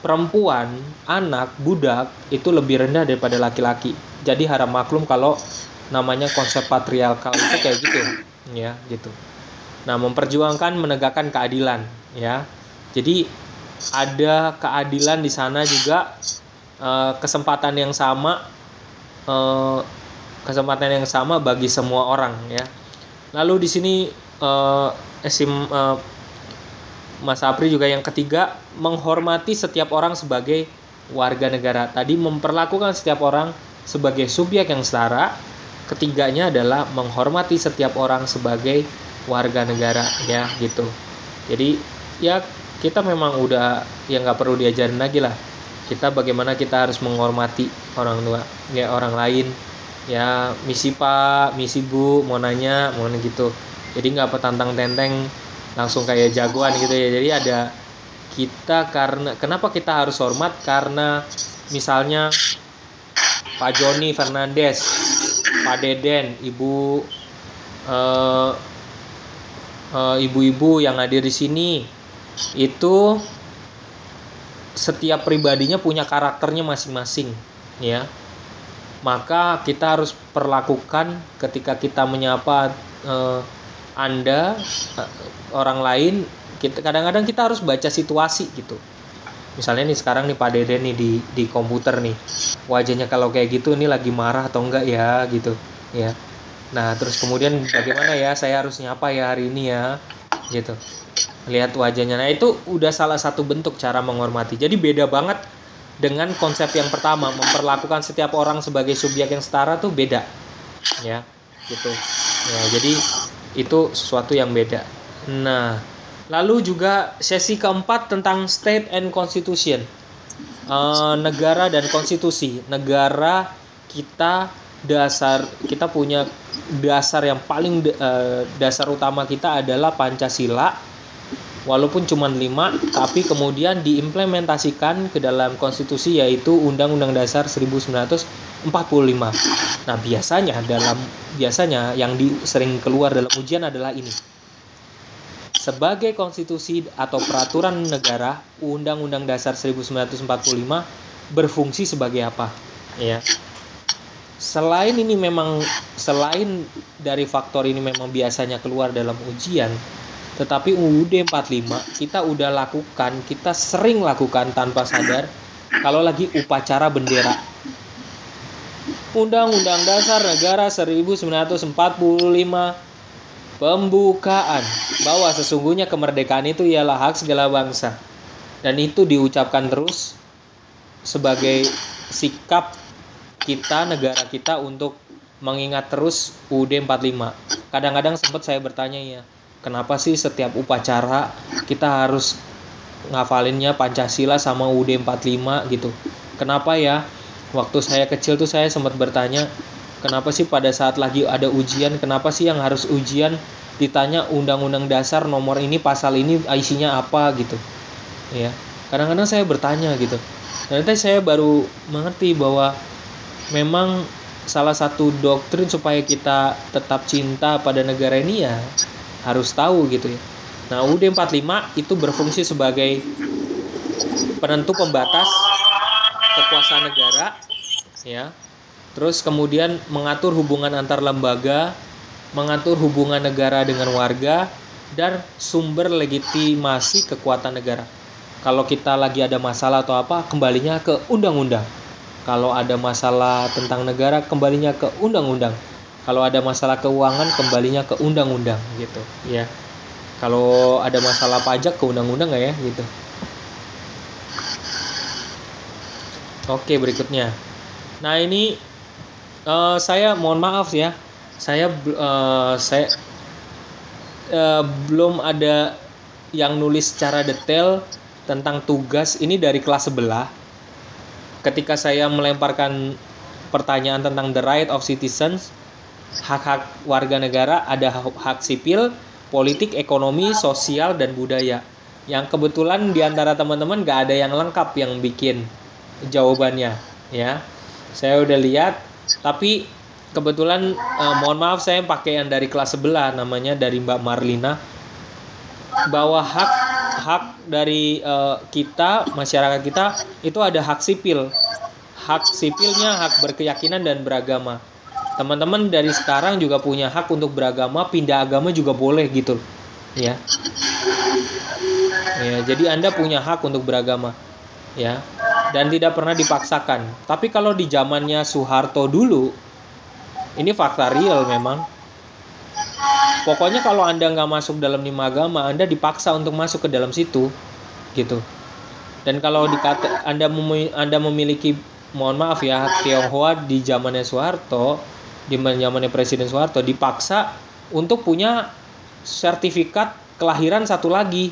perempuan, anak, budak itu lebih rendah daripada laki-laki. Jadi harap maklum kalau namanya konsep patriarkal itu kayak gitu ya, gitu. Nah, memperjuangkan menegakkan keadilan ya. Jadi ada keadilan di sana juga, eh, kesempatan yang sama eh, kesempatan yang sama bagi semua orang ya. Lalu di sini eh, Esim eh, Mas Apri juga yang ketiga, menghormati setiap orang sebagai warga negara. Tadi memperlakukan setiap orang sebagai subjek yang setara. Ketiganya adalah menghormati setiap orang sebagai warga negara ya, gitu. Jadi ya kita memang udah ya nggak perlu diajarin lagi lah. Kita bagaimana kita harus menghormati orang tua ya, orang lain ya, misi Pak, misi Bu, mau nanya, mau gitu. Jadi nggak petantang tenteng langsung kayak jagoan gitu ya. Jadi ada kita, karena kenapa kita harus hormat, karena misalnya Pak Joni Fernandes, Pak Deden, Ibu eh, eh, ibu-ibu yang hadir di sini itu setiap pribadinya punya karakternya masing-masing ya. Maka kita harus perlakukan ketika kita menyapa eh, Anda, eh, orang lain, kita kadang-kadang kita harus baca situasi gitu. Misalnya nih sekarang nih Pak Deden nih di di komputer nih, wajahnya kalau kayak gitu ini lagi marah atau enggak ya gitu ya. Nah terus kemudian bagaimana ya saya harus nyapa ya hari ini ya gitu, lihat wajahnya. Nah itu udah salah satu bentuk cara menghormati. Jadi beda banget dengan konsep yang pertama, memperlakukan setiap orang sebagai subjek yang setara tuh beda ya gitu ya. Jadi itu sesuatu yang beda. Nah, lalu juga sesi keempat tentang state and constitution, uh, negara dan konstitusi. Negara kita, dasar kita punya dasar yang paling uh, dasar utama kita adalah Pancasila. Walaupun cuma lima, tapi kemudian diimplementasikan ke dalam konstitusi, yaitu Undang-Undang Dasar seribu sembilan ratus empat puluh lima. Nah, biasanya dalam biasanya yang di, sering keluar dalam ujian adalah ini. Sebagai konstitusi atau peraturan negara, Undang-Undang Dasar seribu sembilan ratus empat puluh lima berfungsi sebagai apa? Ya. Selain ini memang selain dari faktor ini memang biasanya keluar dalam ujian, tetapi U U D empat puluh lima kita udah lakukan, kita sering lakukan tanpa sadar kalau lagi upacara bendera. Undang-Undang Dasar Negara seribu sembilan ratus empat puluh lima, pembukaan bahwa sesungguhnya kemerdekaan itu ialah hak segala bangsa. Dan itu diucapkan terus sebagai sikap kita, negara kita, untuk mengingat terus U U D empat puluh lima. Kadang-kadang sempat saya bertanya ya, kenapa sih setiap upacara kita harus ngafalinnya Pancasila sama U U D empat puluh lima gitu? Kenapa ya? Waktu saya kecil tuh saya sempat bertanya, kenapa sih pada saat lagi ada ujian, kenapa sih yang harus ujian ditanya Undang-Undang Dasar nomor ini, pasal ini isinya apa gitu. Ya. Kadang-kadang saya bertanya gitu. Dan nanti saya baru mengerti bahwa memang salah satu doktrin supaya kita tetap cinta pada negara ini ya harus tahu gitu ya. Nah, U U D empat puluh lima itu berfungsi sebagai penentu pembatas kekuasaan negara ya. Terus kemudian mengatur hubungan antar lembaga, mengatur hubungan negara dengan warga, dan sumber legitimasi kekuatan negara. Kalau kita lagi ada masalah atau apa, kembalinya ke undang-undang. Kalau ada masalah tentang negara, kembalinya ke undang-undang. Kalau ada masalah keuangan, kembalinya ke undang-undang gitu ya. Kalau ada masalah pajak, ke undang-undang nggak ya gitu. Oke, berikutnya. Nah ini uh, saya mohon maaf ya, saya uh, saya uh, belum ada yang nulis secara detail tentang tugas ini dari kelas sebelah. Ketika saya melemparkan pertanyaan tentang the right of citizens, hak-hak warga negara, ada hak sipil, politik, ekonomi, sosial, dan budaya. Yang kebetulan di antara teman-teman gak ada yang lengkap yang bikin jawabannya ya. Saya udah lihat, tapi kebetulan eh, mohon maaf saya pakai yang dari kelas sebelah, namanya dari Mbak Marlina, bahwa hak hak dari uh, kita, masyarakat kita itu ada hak sipil. Hak sipilnya hak berkeyakinan dan beragama. Teman-teman dari sekarang juga punya hak untuk beragama, pindah agama juga boleh gitu. Ya. Ya, jadi Anda punya hak untuk beragama. Ya. Dan tidak pernah dipaksakan. Tapi kalau di zamannya Soeharto dulu, ini fakta real memang. Pokoknya kalau Anda nggak masuk dalam lima agama, Anda dipaksa untuk masuk ke dalam situ, gitu. Dan kalau dikata Anda mem- Anda memiliki, mohon maaf ya, hak Tionghoa di zamannya Soeharto, di zamannya Presiden Soeharto dipaksa untuk punya sertifikat kelahiran satu lagi.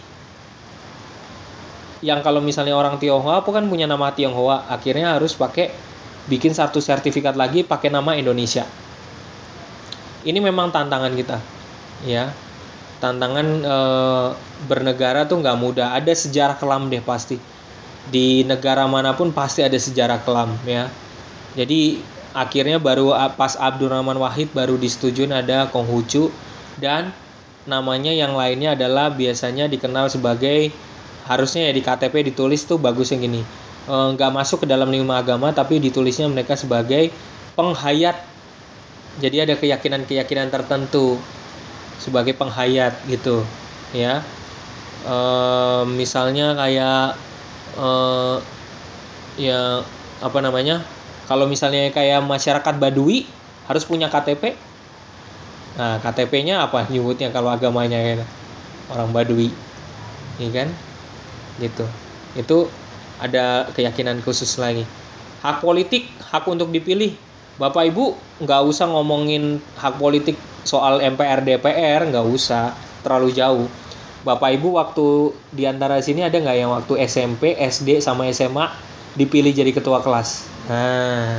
Yang kalau misalnya orang Tionghoa kan punya nama Tionghoa, akhirnya harus pakai bikin satu sertifikat lagi pakai nama Indonesia. Ini memang tantangan kita, ya. Tantangan e, bernegara tuh nggak mudah. Ada sejarah kelam deh pasti. Di negara manapun pasti ada sejarah kelam, ya. Jadi akhirnya baru pas Abdurrahman Wahid baru disetujuin ada Konghucu, dan namanya yang lainnya adalah biasanya dikenal sebagai, harusnya ya di K T P ditulis tuh bagusnya gini, e, nggak masuk ke dalam lima agama tapi ditulisnya mereka sebagai penghayat. Jadi ada keyakinan-keyakinan tertentu sebagai penghayat gitu, ya. E, misalnya kayak e, ya apa namanya? Kalau misalnya kayak masyarakat Badui harus punya K T P. Nah, K T P-nya apa nyebutnya kalau agamanya ya? Orang Badui. Iya kan? Gitu. Itu ada keyakinan khusus lagi. Hak politik, hak untuk dipilih. Bapak Ibu nggak usah ngomongin hak politik soal M P R D P R, nggak usah, terlalu jauh. Bapak Ibu waktu di antara sini ada nggak yang waktu S M P, S D sama S M A dipilih jadi ketua kelas? Nah,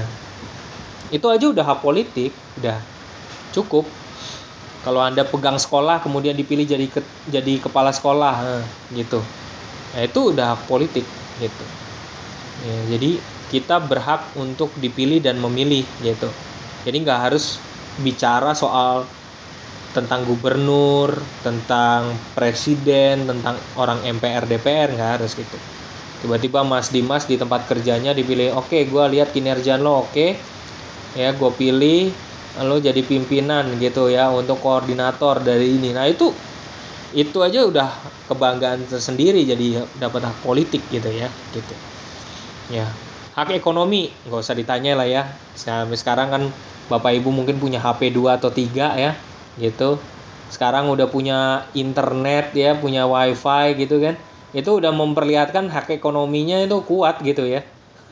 itu aja udah hak politik, udah cukup. Kalau Anda pegang sekolah kemudian dipilih jadi ke, jadi kepala sekolah, nah, gitu. Nah, itu udah hak politik, gitu. Ya, jadi kita berhak untuk dipilih dan memilih, gitu. Jadi nggak harus bicara soal tentang gubernur, tentang presiden, tentang orang M P R D P R, nggak harus gitu. Tiba-tiba Mas Dimas di tempat kerjanya dipilih, oke, okay, gue lihat kinerja lo, oke, okay. Ya gue pilih lo jadi pimpinan gitu ya untuk koordinator dari ini. Nah itu itu aja udah kebanggaan tersendiri, jadi dapat hak politik gitu ya, gitu. Ya, hak ekonomi nggak usah ditanya lah ya. Sampai sekarang kan Bapak Ibu mungkin punya H P dua atau tiga ya, gitu. Sekarang udah punya internet ya, punya wifi gitu kan. Itu udah memperlihatkan hak ekonominya itu kuat gitu ya.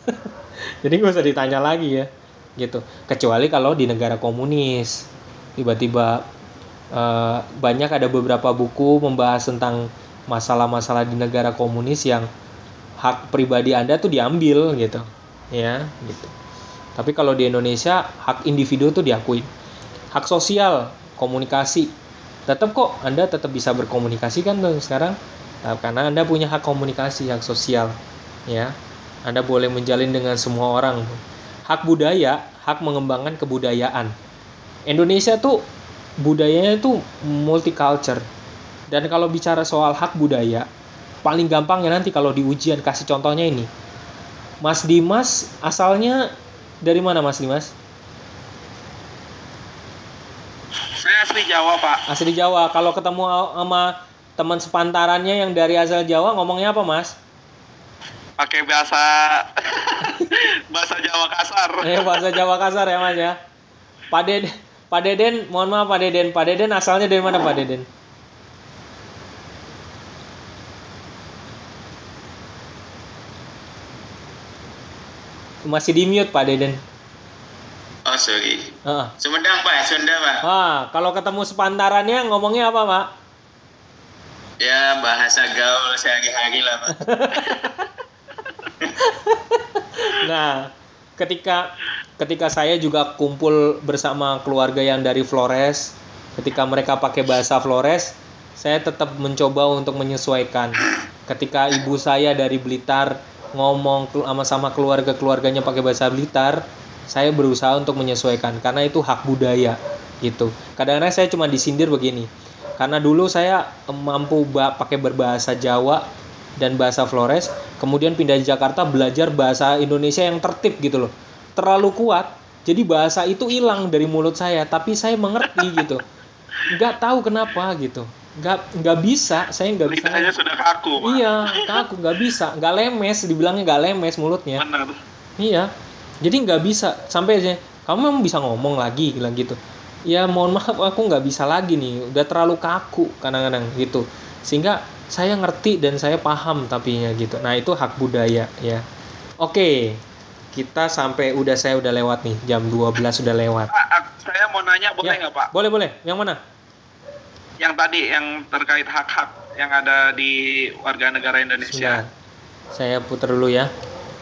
Jadi nggak usah ditanya lagi ya, gitu. Kecuali kalau di negara komunis, tiba-tiba uh, banyak ada beberapa buku membahas tentang masalah-masalah di negara komunis yang hak pribadi Anda tuh diambil gitu, ya, gitu. Tapi kalau di Indonesia hak individu tuh diakui. Hak sosial, komunikasi, tetap kok Anda tetap bisa berkomunikasi kan tuh sekarang, nah, karena Anda punya hak komunikasi, hak sosial, ya. Anda boleh menjalin dengan semua orang. Hak budaya, hak mengembangkan kebudayaan. Indonesia tuh budayanya tuh multicultural. Dan kalau bicara soal hak budaya, paling gampangnya nanti kalau di ujian kasih contohnya ini. Mas Dimas asalnya dari mana Mas Dimas? Saya asli Jawa, Pak. Asli Jawa. Kalau ketemu sama teman sepantarannya yang dari asal Jawa ngomongnya apa, Mas? Pakai bahasa bahasa Jawa kasar. Eh, bahasa Jawa kasar ya, Mas ya. Pak Deden, Pak Deden, mohon maaf Pak Deden. Pak Deden asalnya dari mana, Pak Deden? Masih di mute Pak Deden. Oh sorry. Uh. Sumedang Pak, Sunda Pak. Ah, kalau ketemu sepantarannya ngomongnya apa Pak? Ya bahasa gaul sehari-hari lah Pak. Nah, ketika ketika saya juga kumpul bersama keluarga yang dari Flores, ketika mereka pakai bahasa Flores, saya tetap mencoba untuk menyesuaikan. Ketika ibu saya dari Blitar ngomong sama sama keluarga-keluarganya pakai bahasa Blitar, saya berusaha untuk menyesuaikan karena itu hak budaya gitu. Kadang-kadang saya cuma disindir begini. karena dulu saya mampu ba- pakai berbahasa Jawa dan bahasa Flores, kemudian pindah di Jakarta belajar bahasa Indonesia yang tertib gitu loh. Terlalu kuat, jadi bahasa itu hilang dari mulut saya, tapi saya mengerti gitu. Nggak tahu kenapa gitu. Nggak nggak bisa, saya nggak bisa. Lidahnya sudah kaku, Pak. Iya, kaku, nggak bisa, nggak lemes, dibilangnya nggak lemes mulutnya. Benar. Iya, jadi nggak bisa sampai aja. Kamu memang bisa ngomong lagi, bilang gitu. Ya mohon maaf, aku nggak bisa lagi nih, udah terlalu kaku kadang-kadang gitu. Sehingga saya ngerti dan saya paham tapinya gitu. Nah itu hak budaya ya. Oke, kita sampai udah saya udah lewat nih, jam dua belas sudah lewat. Pak, ak- saya mau nanya boleh Ya, nggak Pak? boleh boleh. Yang mana? Yang tadi yang terkait hak-hak yang ada di warga negara Sebentar. Indonesia. Saya putar dulu ya.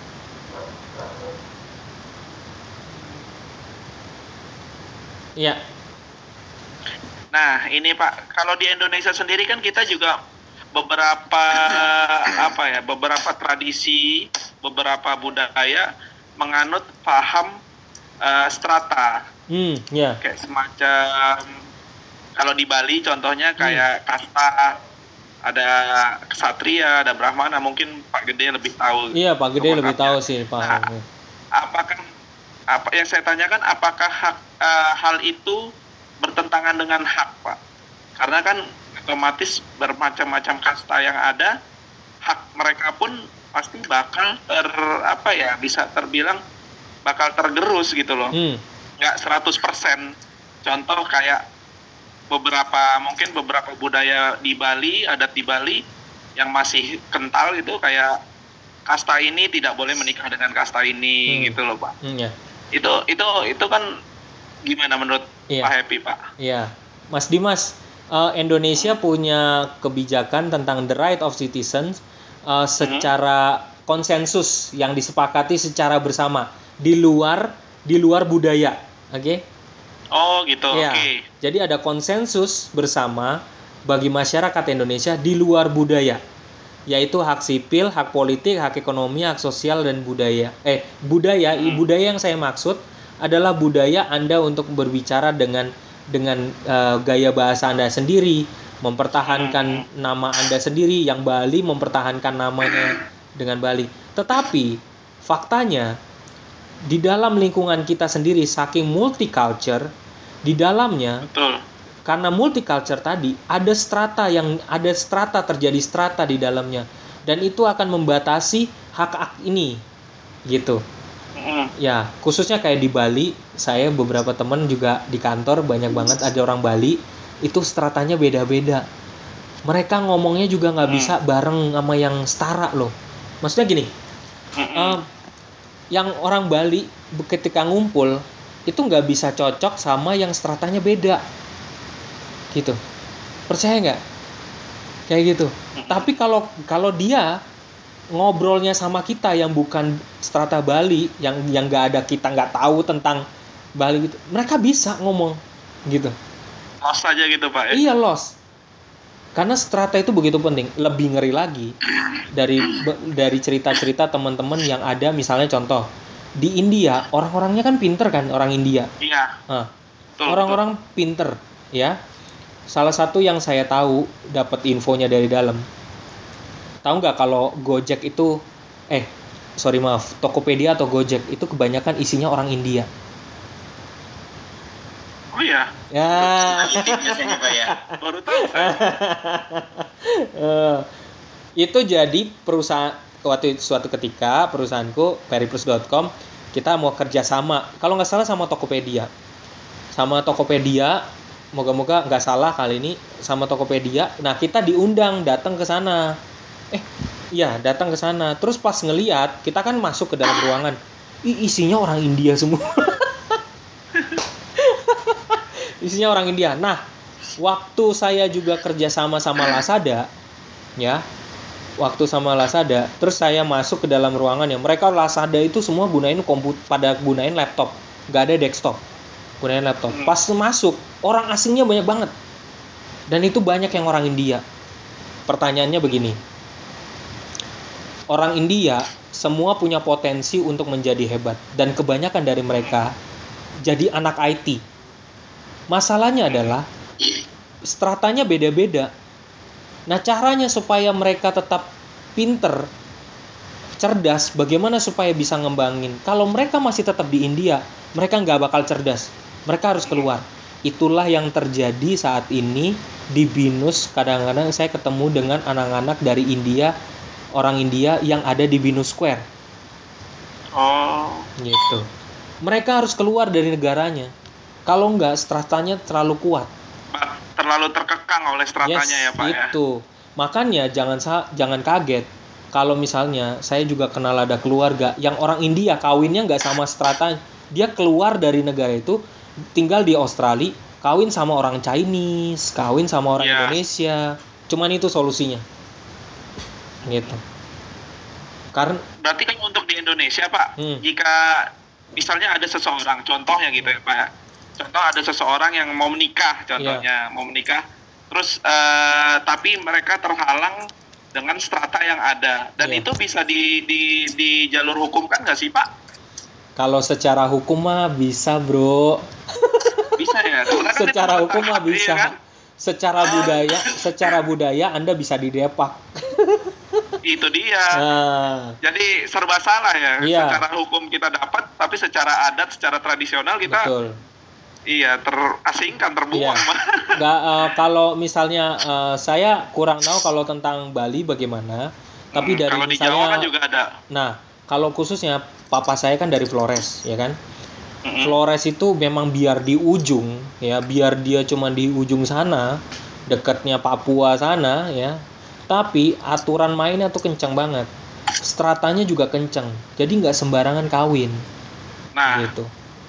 Iya. Nah, ini Pak, kalau di Indonesia sendiri kan kita juga beberapa apa ya, beberapa tradisi, beberapa budaya menganut paham eh, strata. Hmm, ya. Kayak semacam kalau di Bali contohnya kayak kasta, ada kesatria, ada brahmana, mungkin Pak Gede lebih tahu. Iya, Pak Gede lebih selengkapnya. tahu sih, paham. Nah, apakah apa yang saya tanyakan apakah hak eh, hal itu bertentangan dengan hak, Pak? Karena kan otomatis bermacam-macam kasta yang ada, hak mereka pun pasti bakal ter apa ya, bisa terbilang bakal tergerus gitu loh. Hmm. Nggak seratus persen. Contoh kayak beberapa mungkin beberapa budaya di Bali, adat di Bali yang masih kental gitu, kayak kasta ini tidak boleh menikah dengan kasta ini. Hmm. Gitu loh, Pak. Hmm, ya. Itu itu itu kan gimana menurut Iya. Pak Happy, Pak? Iya, Mas Dimas, eh, Indonesia punya kebijakan tentang the right of citizens eh, secara konsensus yang disepakati secara bersama di luar di luar budaya, oke? Oh gitu, Ya, oke. jadi ada konsensus bersama bagi masyarakat Indonesia di luar budaya, yaitu hak sipil, hak politik, hak ekonomi, hak sosial dan budaya. Eh, budaya, budaya yang saya maksud adalah budaya Anda untuk berbicara dengan dengan eh, gaya bahasa Anda sendiri, mempertahankan nama Anda sendiri, yang Bali mempertahankan namanya dengan Bali. Tetapi faktanya di dalam lingkungan kita sendiri saking multicultural, di dalamnya Betul. karena multicultural tadi ada strata yang ada strata terjadi strata di dalamnya, dan itu akan membatasi hak-hak ini gitu. Mm. Ya, khususnya kayak di Bali, saya beberapa teman juga di kantor banyak banget ada orang Bali, itu stratanya beda-beda. Mereka ngomongnya juga nggak Hmm. bisa bareng sama yang setara loh. Maksudnya gini, Mm-mm. eh, yang orang Bali ketika ngumpul itu nggak bisa cocok sama yang stratanya beda, gitu. Percaya nggak? Kayak gitu. Tapi kalau kalau dia ngobrolnya sama kita yang bukan strata Bali, yang yang nggak ada, kita nggak tahu tentang Bali gitu, mereka bisa ngomong gitu. Lost aja gitu, Pak. Ya? Iya, lost. Karena strata itu begitu penting. Lebih ngeri lagi dari dari cerita-cerita teman-teman yang ada, misalnya contoh di India, orang-orangnya kan pinter kan, orang India. Iya. Nah, Betul, orang-orang pinter ya. Salah satu yang saya tahu, dapat infonya dari dalam. Tahu nggak kalau Gojek itu, eh sorry maaf, Tokopedia atau Gojek itu kebanyakan isinya orang India. Oh iya. Ya. Gitu biasanya Pak ya. Baru tahu saya. Eh, itu jadi perusahaan, waktu suatu ketika perusahaanku periplus dot com kita mau kerja sama, kalau nggak salah sama Tokopedia, sama Tokopedia, moga-moga nggak salah kali ini, sama Tokopedia. Nah kita diundang datang ke sana, eh iya datang ke sana. Terus pas ngeliat, kita kan masuk ke dalam ruangan, ih isinya orang India semua. Isinya orang India. Nah waktu saya juga kerja sama sama Lazada, ya, waktu sama Lazada, terus saya masuk ke dalam ruangan ya, mereka Lazada itu semua gunain komputer, pada gunain laptop, nggak ada desktop, gunain laptop. Pas masuk, orang asingnya banyak banget, dan itu banyak yang orang India. Pertanyaannya begini, orang India semua punya potensi untuk menjadi hebat, dan kebanyakan dari mereka jadi anak I T. Masalahnya adalah stratanya beda-beda. Nah, caranya supaya mereka tetap pinter, cerdas, bagaimana supaya bisa ngembangin? Kalau mereka masih tetap di India, mereka nggak bakal cerdas. Mereka harus keluar. Itulah yang terjadi saat ini di BINUS. Kadang-kadang saya ketemu dengan anak-anak dari India, orang India yang ada di BINUS Square. Oh. Gitu. Mereka harus keluar dari negaranya. Kalau nggak, stratanya terlalu kuat. Terlalu terkekang oleh stratanya Yes, ya Pak ya. itu. Makanya jangan sa- jangan kaget kalau misalnya saya juga kenal ada keluarga yang orang India kawinnya nggak sama strata. Dia keluar dari negara itu, tinggal di Australia, kawin sama orang Chinese, kawin sama orang Ya. Indonesia. Cuman itu solusinya. Gitu. Karena Berarti kan untuk di Indonesia Pak, Hmm. jika misalnya ada seseorang, contohnya gitu ya Pak ya. Contoh ada seseorang yang mau menikah, contohnya mau menikah, terus eh, tapi mereka terhalang dengan strata yang ada, dan Iya. itu bisa di di di jalur hukum kan nggak sih Pak? kalau secara hukum mah bisa, Bro. Bisa ya. Karena kan Secara itu hukum mah tentang- bisa. iya kan? Secara budaya, secara budaya Anda bisa didepak. Itu dia. Nah, Jadi serba salah ya. Iya. Secara hukum kita dapat, tapi secara adat, secara tradisional kita betul. iya terasingkan, terbuang. Iya. Pak. Nggak, eh, kalau misalnya eh, saya kurang tahu kalau tentang Bali bagaimana, tapi Hmm, dari kalau di misalnya, Jawa kan juga ada. nah kalau khususnya papa saya kan dari Flores, ya kan? Mm-mm. Flores itu memang biar di ujung, ya biar dia cuma di ujung sana, dekatnya Papua sana, ya. Tapi aturan mainnya tuh kencang banget, stratanya juga kencang, jadi nggak sembarangan kawin, Nah, gitu.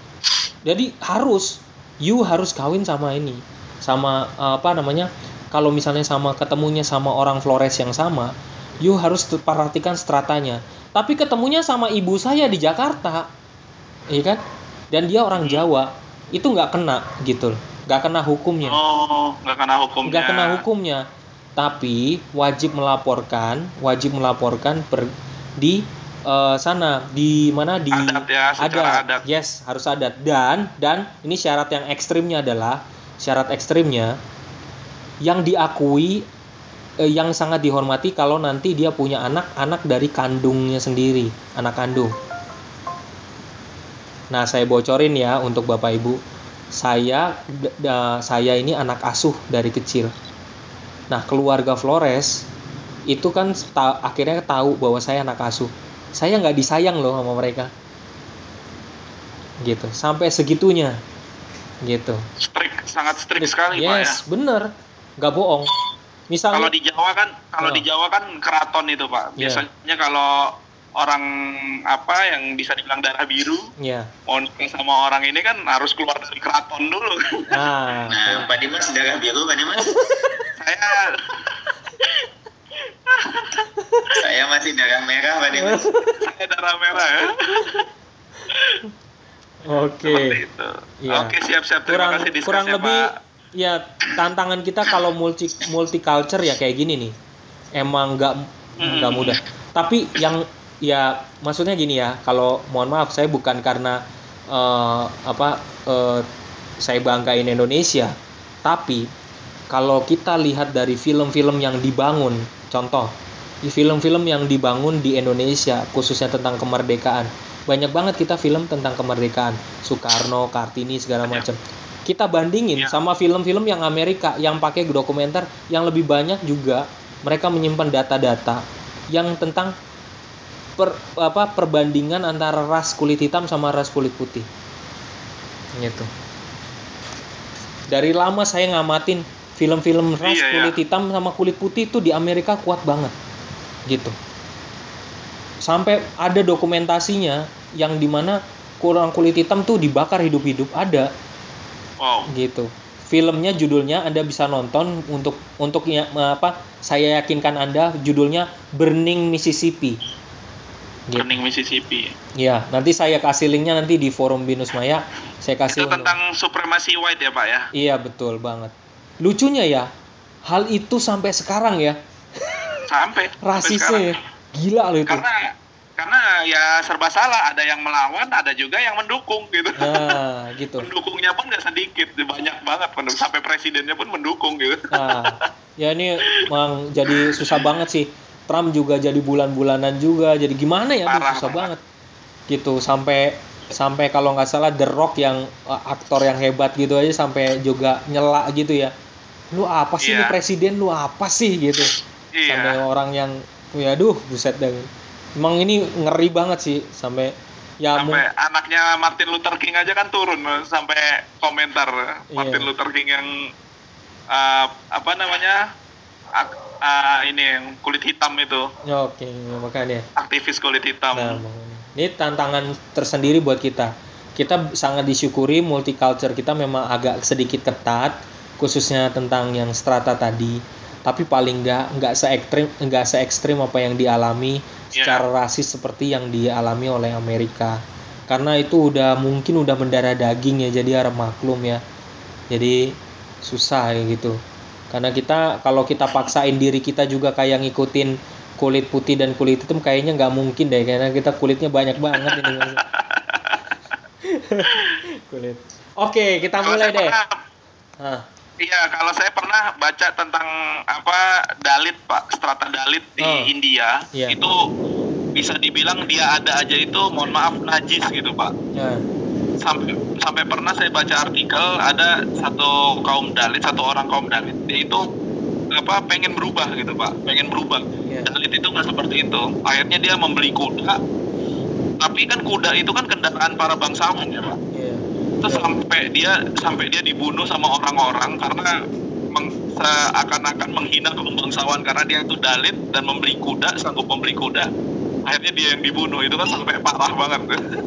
Jadi harus, you harus kawin sama ini, sama eh, apa namanya? Kalau misalnya sama ketemunya sama orang Flores yang sama, you harus tuh perhatikan stratanya. Tapi ketemunya sama ibu saya di Jakarta, iya kan? Dan dia orang Jawa, itu nggak kena gitu, nggak kena hukumnya, oh, nggak kena hukumnya. nggak kena hukumnya. Tapi wajib melaporkan, wajib melaporkan per, di eh, sana, di mana di Adat ya, secara adat. Yes, harus adat. Dan dan ini syarat yang ekstrimnya adalah syarat ekstrimnya yang diakui, eh, yang sangat dihormati kalau nanti dia punya anak anak dari kandungnya sendiri, anak kandung. Nah, saya bocorin ya untuk Bapak Ibu. Saya d- d- saya ini anak asuh dari kecil. Nah, keluarga Flores itu kan ta- akhirnya tahu bahwa saya anak asuh. Saya nggak disayang loh sama mereka. Gitu. Sampai segitunya. Gitu. Strict, sangat strict sekali Pak ya. Yes, bener. Nggak bohong. Misalnya, Kalau di Jawa kan, kalau Oh. di Jawa kan keraton itu Pak. Iya. Biasanya kalau orang apa yang bisa dibilang darah biru ya. mau nikah sama orang ini kan harus keluar dari keraton dulu. Nah, Nah, Pak Dimas darah biru, Pak Dimas. Saya Saya masih darah merah, Pak Dimas. saya darah merah ya. oke. Seperti itu. Iya. Oke, siap-siap. Terima kurang kasih diskusinya, kurang lebih Pak. ya, tantangan kita kalau multi multiculture ya kayak gini nih, emang nggak nggak mudah. Tapi yang ya maksudnya gini ya, kalau mohon maaf saya bukan karena eh, apa eh, saya banggain Indonesia, tapi kalau kita lihat dari film-film yang dibangun, contoh di film-film yang dibangun di Indonesia khususnya tentang kemerdekaan, banyak banget kita film tentang kemerdekaan, Soekarno, Kartini segala macam. Kita bandingin Ya. sama film-film yang Amerika yang pakai dokumenter, yang lebih banyak juga mereka menyimpan data-data yang tentang per, apa perbandingan antara ras kulit hitam sama ras kulit putih. Gitu. Dari lama saya ngamatin film-film ras Iya, iya. kulit hitam sama kulit putih itu di Amerika kuat banget. Gitu. Sampai ada dokumentasinya yang dimana orang kulit hitam tuh dibakar hidup-hidup, ada. Wow. Gitu. Filmnya judulnya Anda bisa nonton untuk untuk ya, apa? Saya yakinkan Anda judulnya Burning Mississippi. Gitu. Burning Mississippi. Ya, nanti saya kasih linknya nanti di forum Binus Maya. Saya kasih. Itu tentang supremasi white ya Pak ya. Iya, betul banget. Lucunya ya, hal itu sampai sekarang ya. Sampai sampai Rasisnya ya. sekarang. Gila loh itu. Karena karena ya serba salah, ada yang melawan, ada juga yang mendukung gitu. Nah, gitu. Pendukungnya pun nggak sedikit, banyak banget, sampai presidennya pun mendukung gitu. Nah, ya ini memang jadi susah banget sih. Trump juga jadi bulan-bulanan juga, jadi gimana ya, aduh, Parah, susah parah. banget. Gitu, sampai sampai kalau nggak salah The Rock yang uh, aktor yang hebat gitu aja sampai juga nyela gitu ya. Lu apa sih, Iya. lu presiden, lu apa sih gitu. Iya. Sampai orang yang, ya aduh, buset dah. Emang ini ngeri banget sih, sampai ya Sampai mung- anaknya Martin Luther King aja kan turun sampai komentar Martin Iya. Luther King yang uh, apa namanya ak- uh, ini yang kulit hitam itu, ya, oke, makanya. aktivis kulit hitam. Nah, makanya. Ini tantangan tersendiri buat kita. Kita sangat disyukuri multicultural kita memang agak sedikit ketat, khususnya tentang yang strata tadi. Tapi paling nggak nggak se ekstrim nggak se ekstrim apa yang dialami secara rasis seperti yang dialami oleh Amerika. Karena itu udah mungkin udah mendarah daging ya, jadi harap maklum ya. Jadi susah ya gitu. Karena kita kalau kita paksain diri kita juga kayak ngikutin kulit putih dan kulit hitam kayaknya nggak mungkin deh, karena kita kulitnya banyak banget ini. Kulit. Oke, kita Kalau mulai saya deh. pernah- Hah. Iya, kalau saya pernah baca tentang apa Dalit, Pak, strata Dalit di Oh, India, iya. itu bisa dibilang dia ada aja itu, mohon maaf, najis gitu, Pak. Ya. Sampai sampai pernah saya baca artikel ada satu kaum Dalit, satu orang kaum Dalit, dia itu apa pengen berubah gitu, Pak, pengen berubah. Iya. Dalit itu nggak seperti itu. Akhirnya dia membeli kuda, tapi kan kuda itu kan kendaraan para bangsawan ya, Pak. Iya. Terus Iya. sampai dia sampai dia dibunuh sama orang-orang karena meng- seakan-akan menghina kaum bangsawan karena dia itu Dalit dan membeli kuda, sanggup membeli kuda. Akhirnya dia yang dibunuh, itu kan sampai parah banget.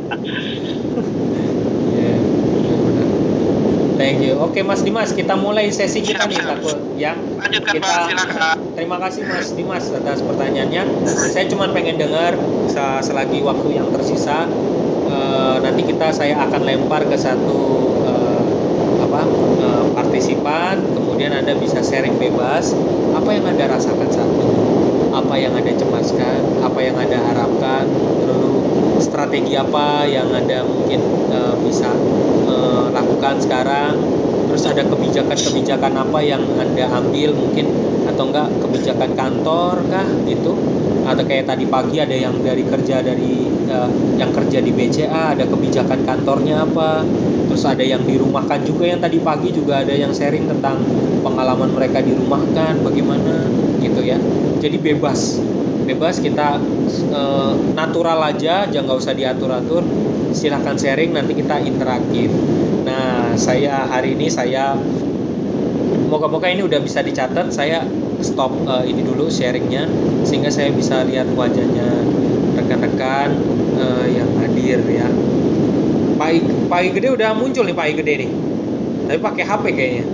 Iya. Benar. Thank you. Oke, Mas Dimas, kita mulai sesi kita Siap, nih, siap. takut ya. Lanjutkan, Kita Pak, silakan. terima kasih Mas Dimas atas pertanyaannya. Saya cuma pengen dengar sa- selagi waktu yang tersisa, eh, nanti kita saya akan lempar ke satu eh, apa eh, partisipan, kemudian Anda bisa sharing bebas apa yang Anda rasakan saat ini, apa yang Anda cemaskan, apa yang Anda harapkan, terus strategi apa yang Anda mungkin eh, bisa eh, lakukan sekarang. Terus ada kebijakan-kebijakan apa yang Anda ambil mungkin, atau enggak kebijakan kantor kah gitu, atau kayak tadi pagi ada yang dari kerja dari uh, yang kerja di B C A, ada kebijakan kantornya apa. Terus ada yang dirumahkan juga, yang tadi pagi juga ada yang sharing tentang pengalaman mereka dirumahkan bagaimana gitu ya. Jadi bebas bebas kita uh, natural aja, jangan nggak usah diatur-atur, silahkan sharing, nanti kita interaktif. Nah, saya hari ini saya moga-moga ini udah bisa dicatat. Saya stop uh, ini dulu sharingnya sehingga saya bisa lihat wajahnya rekan-rekan uh, yang hadir ya. Pak I, Pak I Gede udah muncul nih, Pak I Gede nih. Tapi pakai H P kayaknya.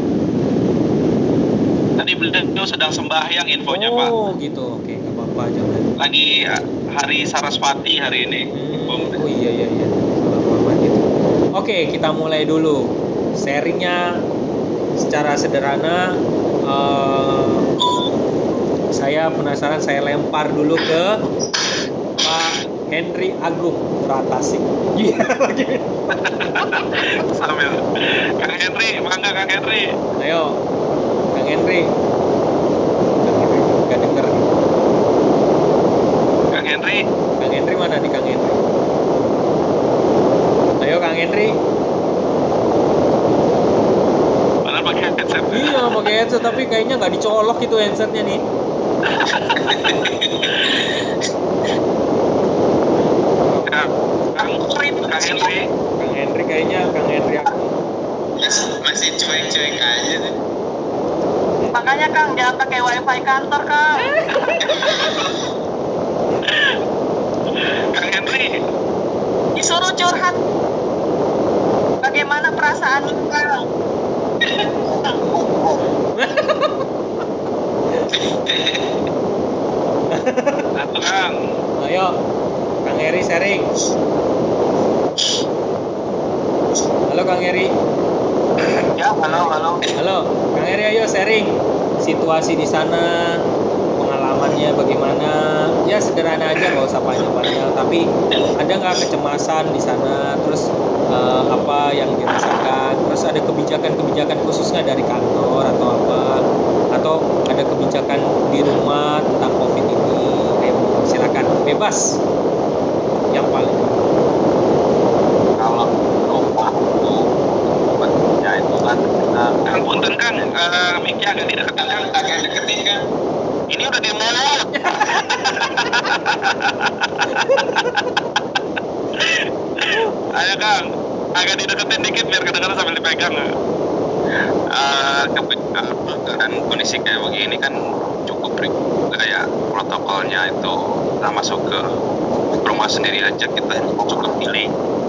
Tadi beliau sedang sembahyang infonya, Pak. Oh, gitu. Oke, nggak apa-apa, jangan. Lagi uh, hari Saraswati hari ini. Hmm, oh iya iya iya. Salah paham gitu. Oke, kita mulai dulu sharingnya secara sederhana. Uh, saya penasaran, saya lempar dulu ke Pak Henry Agung Pratasik. Iya. Sambil Kang Henry, mangga Kang Henry. Ayo, Kang Henry. Gak denger. Kang Henry, Kang Henry mana nih, Kang Henry? Ayo Kang Henry. padahal pakai headset. Iya, pakai headset tapi kayaknya nggak dicolok gitu headsetnya nih. Kang Kang Kang Henry. Kang Henry kayaknya Kang Henry aku. Masih, masih cuek-cuek aja tuh. Makanya Kang jangan pakai wifi kantor Kang. Kang Henry, Disuruh curhat. Bagaimana perasaan Kang? Satu Kang. Ayo, Kang Heri sharing. Halo Kang Heri. Ya, halo, halo. Halo, Kang Heri, ayo sharing situasi di sana, pengalaman pengalamannya bagaimana, ya sederhana aja, nggak usah panjang-panjang, tapi ada nggak kecemasan di sana, terus eh, apa yang dirasakan, terus ada kebijakan-kebijakan khusus nggak dari kantor atau apa, atau ada kebijakan di rumah tentang covid ini. Ayo silakan, bebas yang paling. Kalau rumah itu bekerja itu kan kita Kang punten Kang, uh, mic-nya agak dideketin Kang. agak deketin kan. Ini udah di mulut. Ayo Kang, agak dideketin dikit biar kedengaran sambil dipegang. uh, keadaan kondisi kayak begini kan cukup juga ya protokolnya itu. Kita masuk ke rumah sendiri aja, kita cukup pilih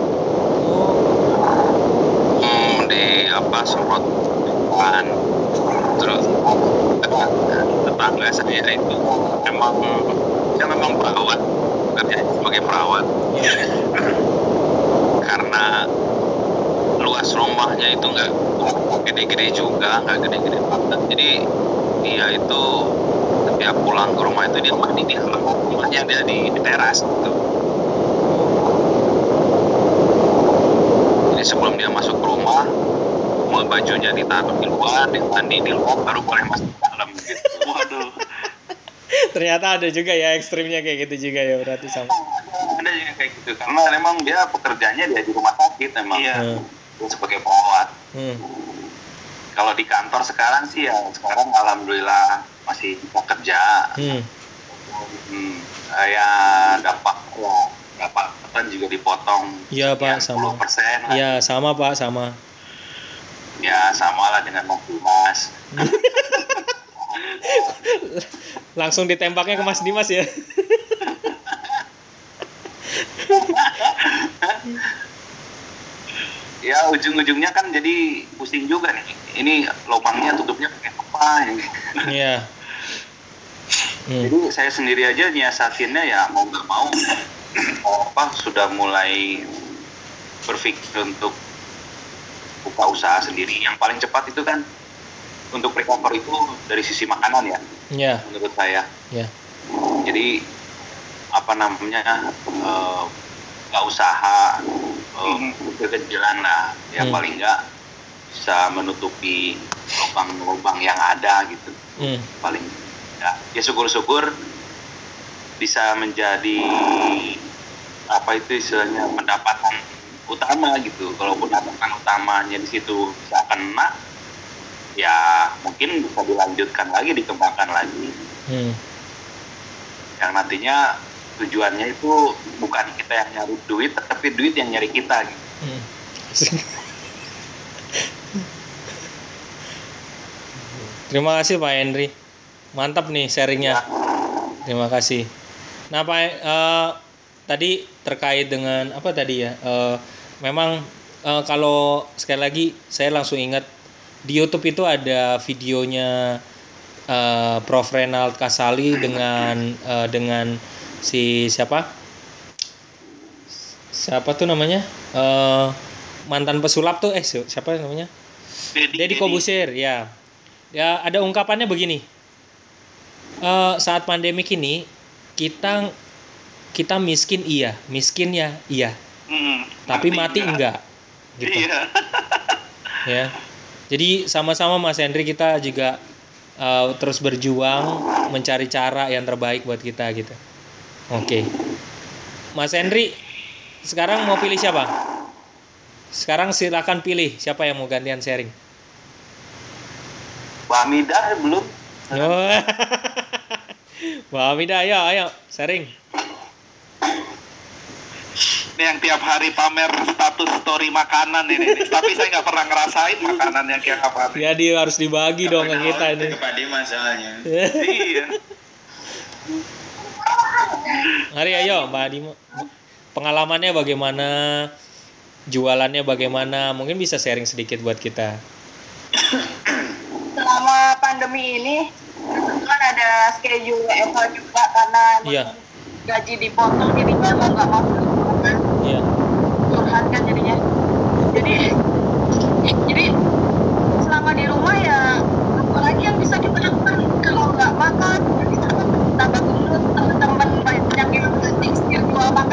hmm, di apa semprot depan. Terus tetangga saya itu memang dia memang perawat, kerja sebagai perawat. Karena luas rumahnya itu nggak gede-gede juga, nggak gede-gede banget. Jadi dia itu setiap pulang ke rumah itu dia mandi di halaman rumahnya, dia di, di teras gitu. Jadi sebelum dia masuk ke rumah, mau bajunya ditaruh di luar, dia mandi di luar, baru boleh masuk ke dalam gitu. Waduh. Ternyata ada juga ya ekstrimnya kayak gitu juga ya, berarti sama. Ada juga kayak gitu, karena memang dia pekerjaannya dia di rumah sakit memang. Iya. Hmm. Dia sebagai perawat. Hmm. Kalau di kantor sekarang sih ya, sekarang alhamdulillah masih bisa kerja. Hmm. Hmm, saya dapat ya, dapatan juga dipotong. Iya Pak, sekian sama. puluh persen lah. Iya sama Pak, sama. Ya sama lah dengan Mas Dimas. Langsung ditembaknya ke Mas Dimas ya. Ya ujung-ujungnya kan jadi pusing juga nih. Ini lubangnya tutupnya pakai apa? Iya. Hmm. Jadi saya sendiri aja nyiasatinnya ya mau nggak mau apa sudah mulai berpikir untuk buka usaha sendiri. Yang paling cepat itu kan untuk recover itu dari sisi makanan ya, Iya. menurut saya. Iya. Jadi apa namanya eh, nggak usaha eh, kecil-kecilan lah ya, Hmm. paling nggak bisa menutupi lubang-lubang yang ada gitu. Hmm. Paling ya, ya syukur-syukur bisa menjadi apa itu istilahnya pendapatan utama gitu. Kalau pendapatan utamanya di situ bisa kena, ya mungkin bisa dilanjutkan lagi, dikembangkan lagi. Hmm. Yang nantinya tujuannya itu bukan kita yang nyari duit, tapi duit yang nyari kita gitu. Hmm. Terima kasih Pak Henry. Mantap nih sharingnya. Terima kasih. Nah Pak, eh, tadi terkait dengan apa tadi ya? Eh, memang eh, kalau sekali lagi saya langsung ingat di YouTube itu ada videonya eh, Prof Renald Kasali dengan eh, dengan si siapa? Siapa tuh namanya? Eh, mantan pesulap tuh eh si- siapa namanya? Deddy Kobusir ya. Ya ada ungkapannya begini. Eh, saat pandemik ini kita kita miskin iya, miskin ya iya, Hmm, tapi mati mati enggak. enggak. Gitu. Iya. Ya. Jadi sama-sama Mas Henry kita juga eh, terus berjuang mencari cara yang terbaik buat kita gitu. Oke. Mas Henry sekarang mau pilih siapa? Sekarang silakan pilih siapa yang mau gantian sharing. Mbak Hamida belum? Oh. Mbak Hamida, ayo, ayo, sharing. Ini yang tiap hari pamer status story makanan ini, nih. Tapi saya nggak pernah ngerasain makanan yang kayak apa nih. Ya dia harus dibagi dong ke kita ini. Ke Pak Dimas soalnya. Iya. Mari ayo Mbak Dimo. Pengalamannya bagaimana? Jualannya bagaimana? Mungkin bisa sharing sedikit buat kita. Selama pandemi ini kan ada schedule W F H juga karena emang Iya. gaji dipotong, jadinya mau nggak mau kan Iya. curhat kan jadinya. Jadi jadi selama di rumah ya apalagi yang bisa kita lakukan kalau nggak makan, kita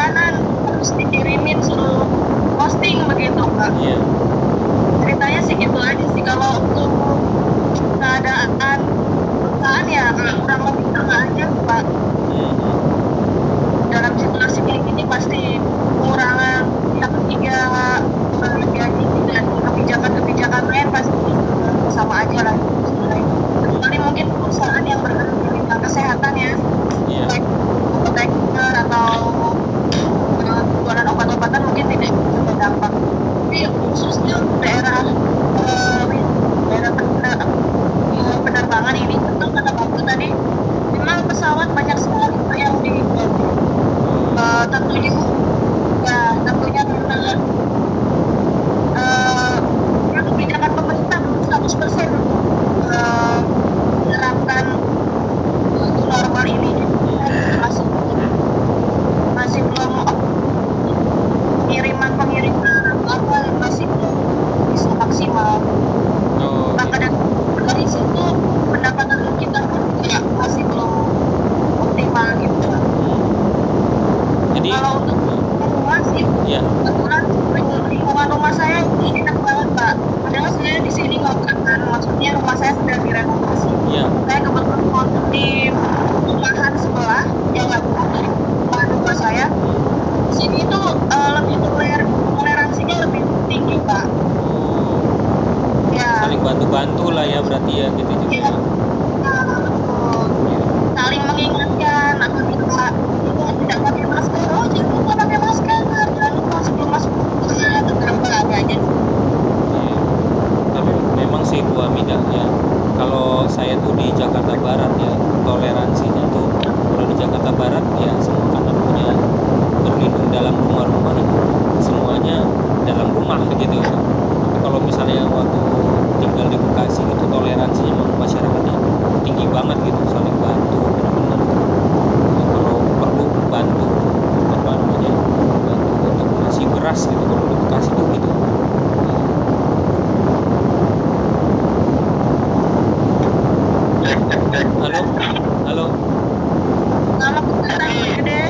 makanan terus dikirimin suruh posting begitu Pak. Iya. Ceritanya sih gitu aja sih. Kalau untuk keadaan perusahaan ya kurang lebih sama aja Pak. Hmm. Dalam situasi kayak gini pasti pengurangan pihak ketiga, pengurangan gaji dan kebijakan-kebijakan lain pasti sama aja lah. Kecuali mungkin perusahaan yang bergerak di bidang kesehatan ya, Iya. baik apoteker atau uh, jualan obat-obatan mungkin tidak terdampak. Tapi khususnya daerah uh, daerah pener- uh, penerbangan ini, betul kata Bapak tadi, memang pesawat banyak sekali Pak, yang di uh, tentunya ya tentunya karena uh, kebijakan pemerintah seratus persen uh, menerapkan uh, new normal ini masih masih belum pengiriman pengiriman apa masih belum bisa maksimal. Oh. Maka dari, dari situ pendapatan kita pun juga masih belum optimal gitu. Jadi Kalau untuk rumah sih, ya. kebetulan lingkungan rumah saya enak banget Pak. Padahal saya di sini ngontrak kan, maksudnya rumah saya sedang direnovasi. Iya. Saya kebetulan ngontrak di rumahan sebelah yang nggak jauh dari rumah rumah saya. Di sini tuh uh, lebih toler toleransinya lebih tinggi Pak. Ya. Saling bantu-bantu lah ya berarti ya gitu juga. Iya. Nah, betul. Saling mengingatkan apabila kita tidak pakai masker, oh jangan lupa pakai masker, jangan lupa sebelum masuk rumah, tetangga agaknya. Iya. Tapi memang sih Bu Hamidah ya, kalau saya tuh di Jakarta Barat ya, toleransinya tuh kalau di Jakarta Barat ya semua karena punya berlindung dalam rumah-rumah, semuanya dalam rumah gitu ya. Tapi kalau misalnya waktu tinggal di Bekasi gitu, toleransinya masyarakatnya tinggi banget gitu, saling bantu benar-benar. Ya, kalau perlu bantu apa namanya bantu untuk ngasih beras gitu kalau di Bekasi tuh gitu. Halo, halo. Sama kita gede.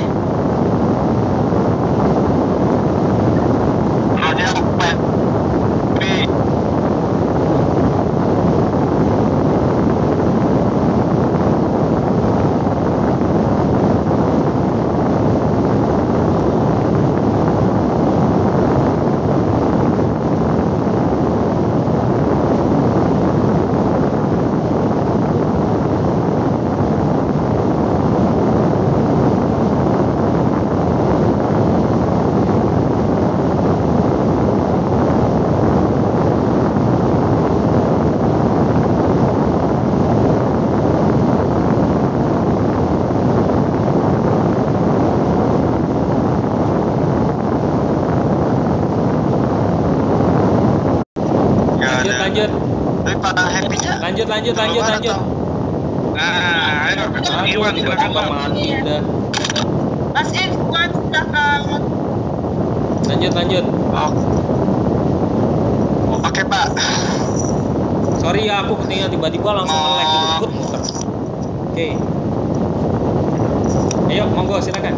Lanjut, lanjut. Tapi pada happy-nya Lanjut, lanjut, lanjut, keluar lanjut. atau- Nah, ayo Aduh, Iwan silakan tiba-tiba Bang. mati udah. Mas Irfan silakan. Lanjut, lanjut. Oh. Oke Pak. Sorry ya, aku ketinggalan tiba-tiba langsung Mau- nge-lag gitu, Bud, muter. Oke. Ayo, monggo silakan.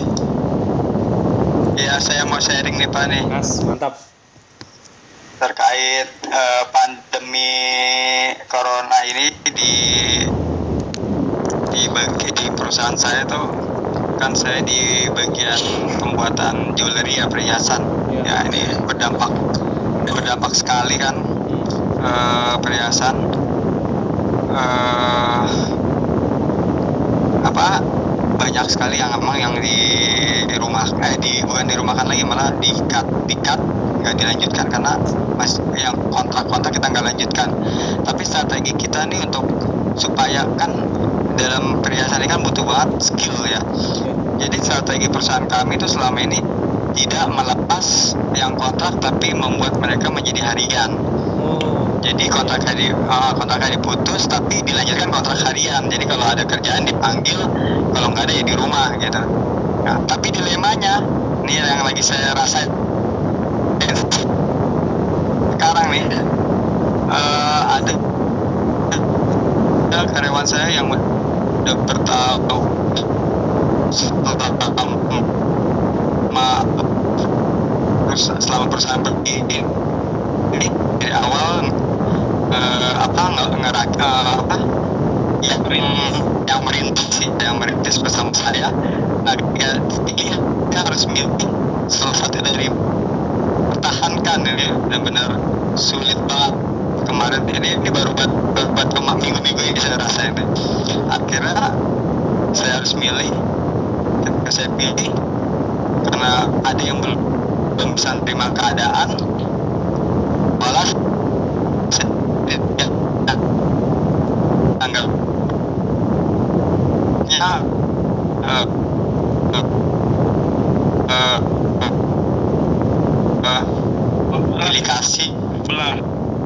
Ya saya mau sharing nih Pak nih Mas, mantap. terkait eh, pandemi corona ini di di bagi di perusahaan saya tuh kan saya di bagian pembuatan jewelry ya perhiasan Ya. ya ini berdampak berdampak sekali kan eh, perhiasan eh, apa banyak sekali yang emang yang di, di rumah eh di bukan dirumahkan lagi malah di cut di cut nggak dilanjutkan karena mas yang kontrak-kontrak kita nggak lanjutkan. Tapi strategi kita nih untuk supaya kan dalam perhiasan ini kan butuh banget skill ya. Jadi strategi perusahaan kami itu selama ini tidak melepas yang kontrak tapi membuat mereka menjadi harian. Oh. Jadi kontraknya di uh, kontraknya diputus tapi dilanjutkan kontrak harian. Jadi kalau ada kerjaan dipanggil, kalau nggak ada ya di rumah gitu. Nah, tapi dilemanya ini yang lagi saya rasain sekarang nih uh, ada ada karyawan saya yang udah bertahun selama selama perusahaan berdiri ini dari awal eh, apa nggak ngerak eh, apa yang yang merintis sih yang merintis bersama saya harga tinggi kita harus milih salah satu dari pertahankan ini benar-benar sulit banget kemarin ini ini baru buat buat cuma minggu-minggu ini saya rasain deh. Akhirnya saya harus milih ketika saya pilih karena ada yang belum belum bisa terima keadaan malah saya ya, anggap ya uh, uh, uh, uh, pilih kasih belah.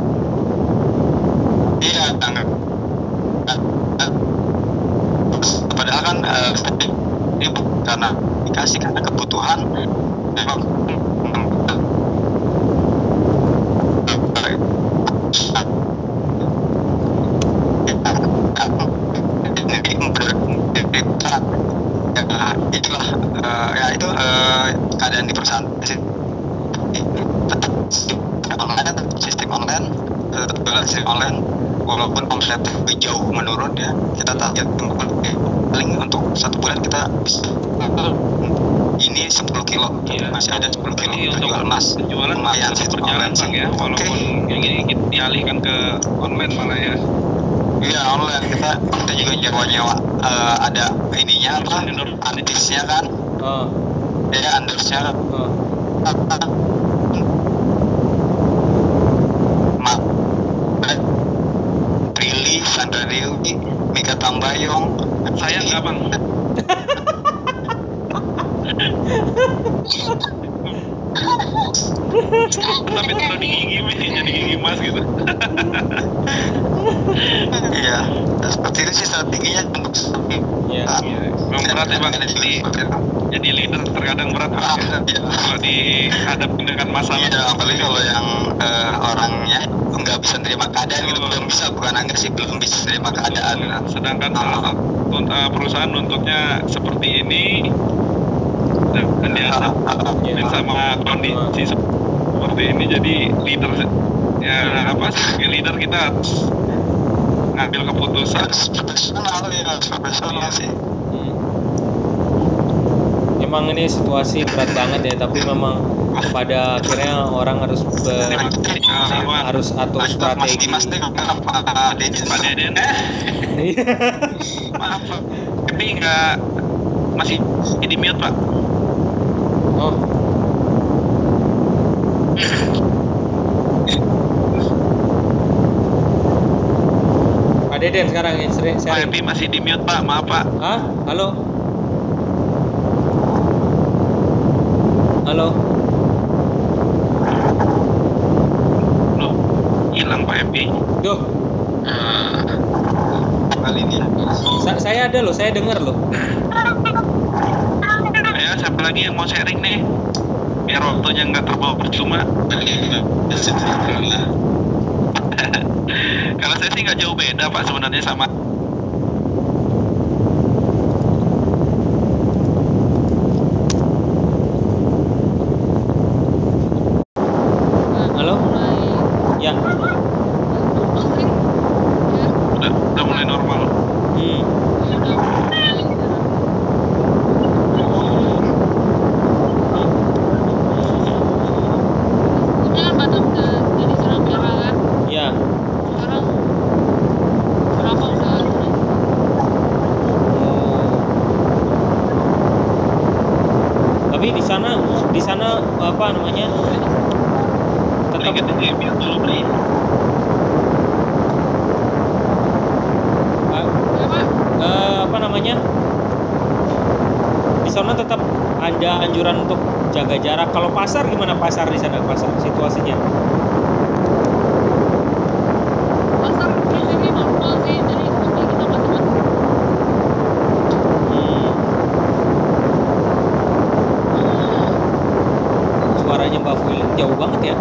iya anggap uh, uh, padahal kan uh, ini karena dikasih karena kebutuhan memang itulah uh, ya itu uh, keadaan di perusahaan tetap online sistem online tetap jualan sistem online walaupun omset jauh menurun ya kita target paling untuk satu bulan kita bisa ini sepuluh kilo Iya. masih ada sepuluh kilo Jadi kita untuk jual emas penjualan lumayan masih sistem berjalan online Bang ya, Oke. walaupun yang ini kita dialihkan ke online malah ya. Iya online kita kita juga nyewa-nyewa uh, ada ininya apa artisnya kan Oh, ya endorse-nya kan oh. Mak Prilly, Sandra Dewi, Mika Tambayong Saya nggak Bang. Tapi taruh di gigi Mi, jadi gigi emas gitu. iya seperti itu sih strateginya untuk Iya. Ah, Iya, memang berat ya Bang. Jadi jadi leader terkadang berat Bang. ah, Ya. iya. Kalau dihadapin dengan masalah. Iya, apalagi kalau yang eh, orangnya nggak bisa terima keadaan gitu, belum bisa bukan enggak sih belum bisa terima keadaan. Sedangkan salah satu uh, perusahaan nuntutnya seperti ini dan dia Iya. sama kondisi seperti ini jadi leader ya apa sebagai leader kita harus ngambil keputusan. Harus profesional ya, harus profesional sih. Hmm. Emang ini situasi berat banget ya, tapi memang pada akhirnya orang harus ber- harus atur Mas strategi. Dimas deh, Pak Deden. Pak Deden, maaf Pak, tapi nggak masih di mute Pak. Oh, Pak Deden sekarang yang sering Pak sharing. Epi masih di mute Pak, maaf Pak. Hah? Halo? Halo? Loh, hilang Pak Epi. Duh, Kali ini sa- saya ada loh, saya dengar loh. Ya, siapa lagi yang mau sharing nih? Biar waktunya nggak terbawa percuma. Kalau saya sih nggak jauh beda Pak sebenarnya sama. Halo? Ya. Udah, udah mulai normal. Hmm. Ya. Tapi di sana di sana apa namanya? Tetap Sedikit aja mute dulu beli. ah, eh, apa namanya? Di sana tetap ada anjuran untuk jaga jarak. Kalau pasar gimana pasar di sana pasar situasinya? Hmm. Suaranya Mbak Fuil jauh banget ya.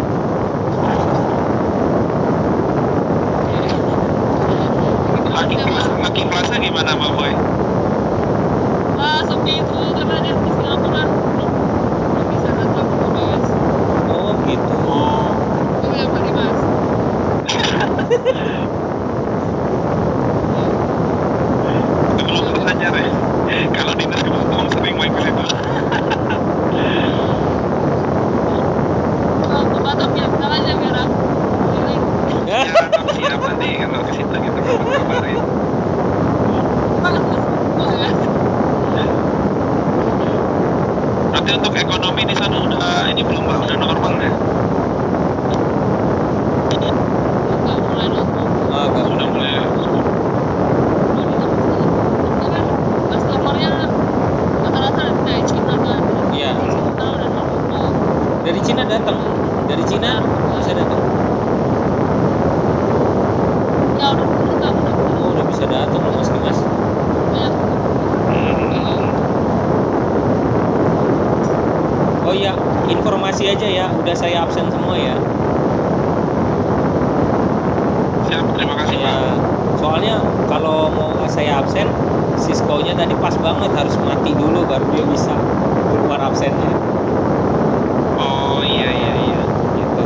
Laki laki plaza gimana Mbak Boy? Wah, sepi itu karena dia di Singapura belum belum gitu. Oh ya balik mas. Belum belajar ya. Kalau di belum sering main ke situ. Kalau ke Batam ya bilang aja biar aku keliling. Ya, siap nanti kalau ke situ kita kabar-kabarin. Mas, mas, ya. Berarti untuk ekonomi di sana udah ini belum Mbak? Udah normal ya? Udah mulai nonton. Agak Udah mulai. Karena customernya rata-rata dari Cina kan. Iya. Dari Cina dan Hongkong. Dari Cina datang. Dari Cina bisa datang. Ya udah bisa datang, udah bisa. Oh, udah bisa datang loh Mas Dimas. Banyak. Oh iya, informasi aja ya, udah saya absen semua ya. Siap, terima kasih Ya, Pak. soalnya kalau mau saya absen, Cisco-nya tadi pas banget harus mati dulu baru dia bisa keluar absennya. Oh iya iya iya. Gitu.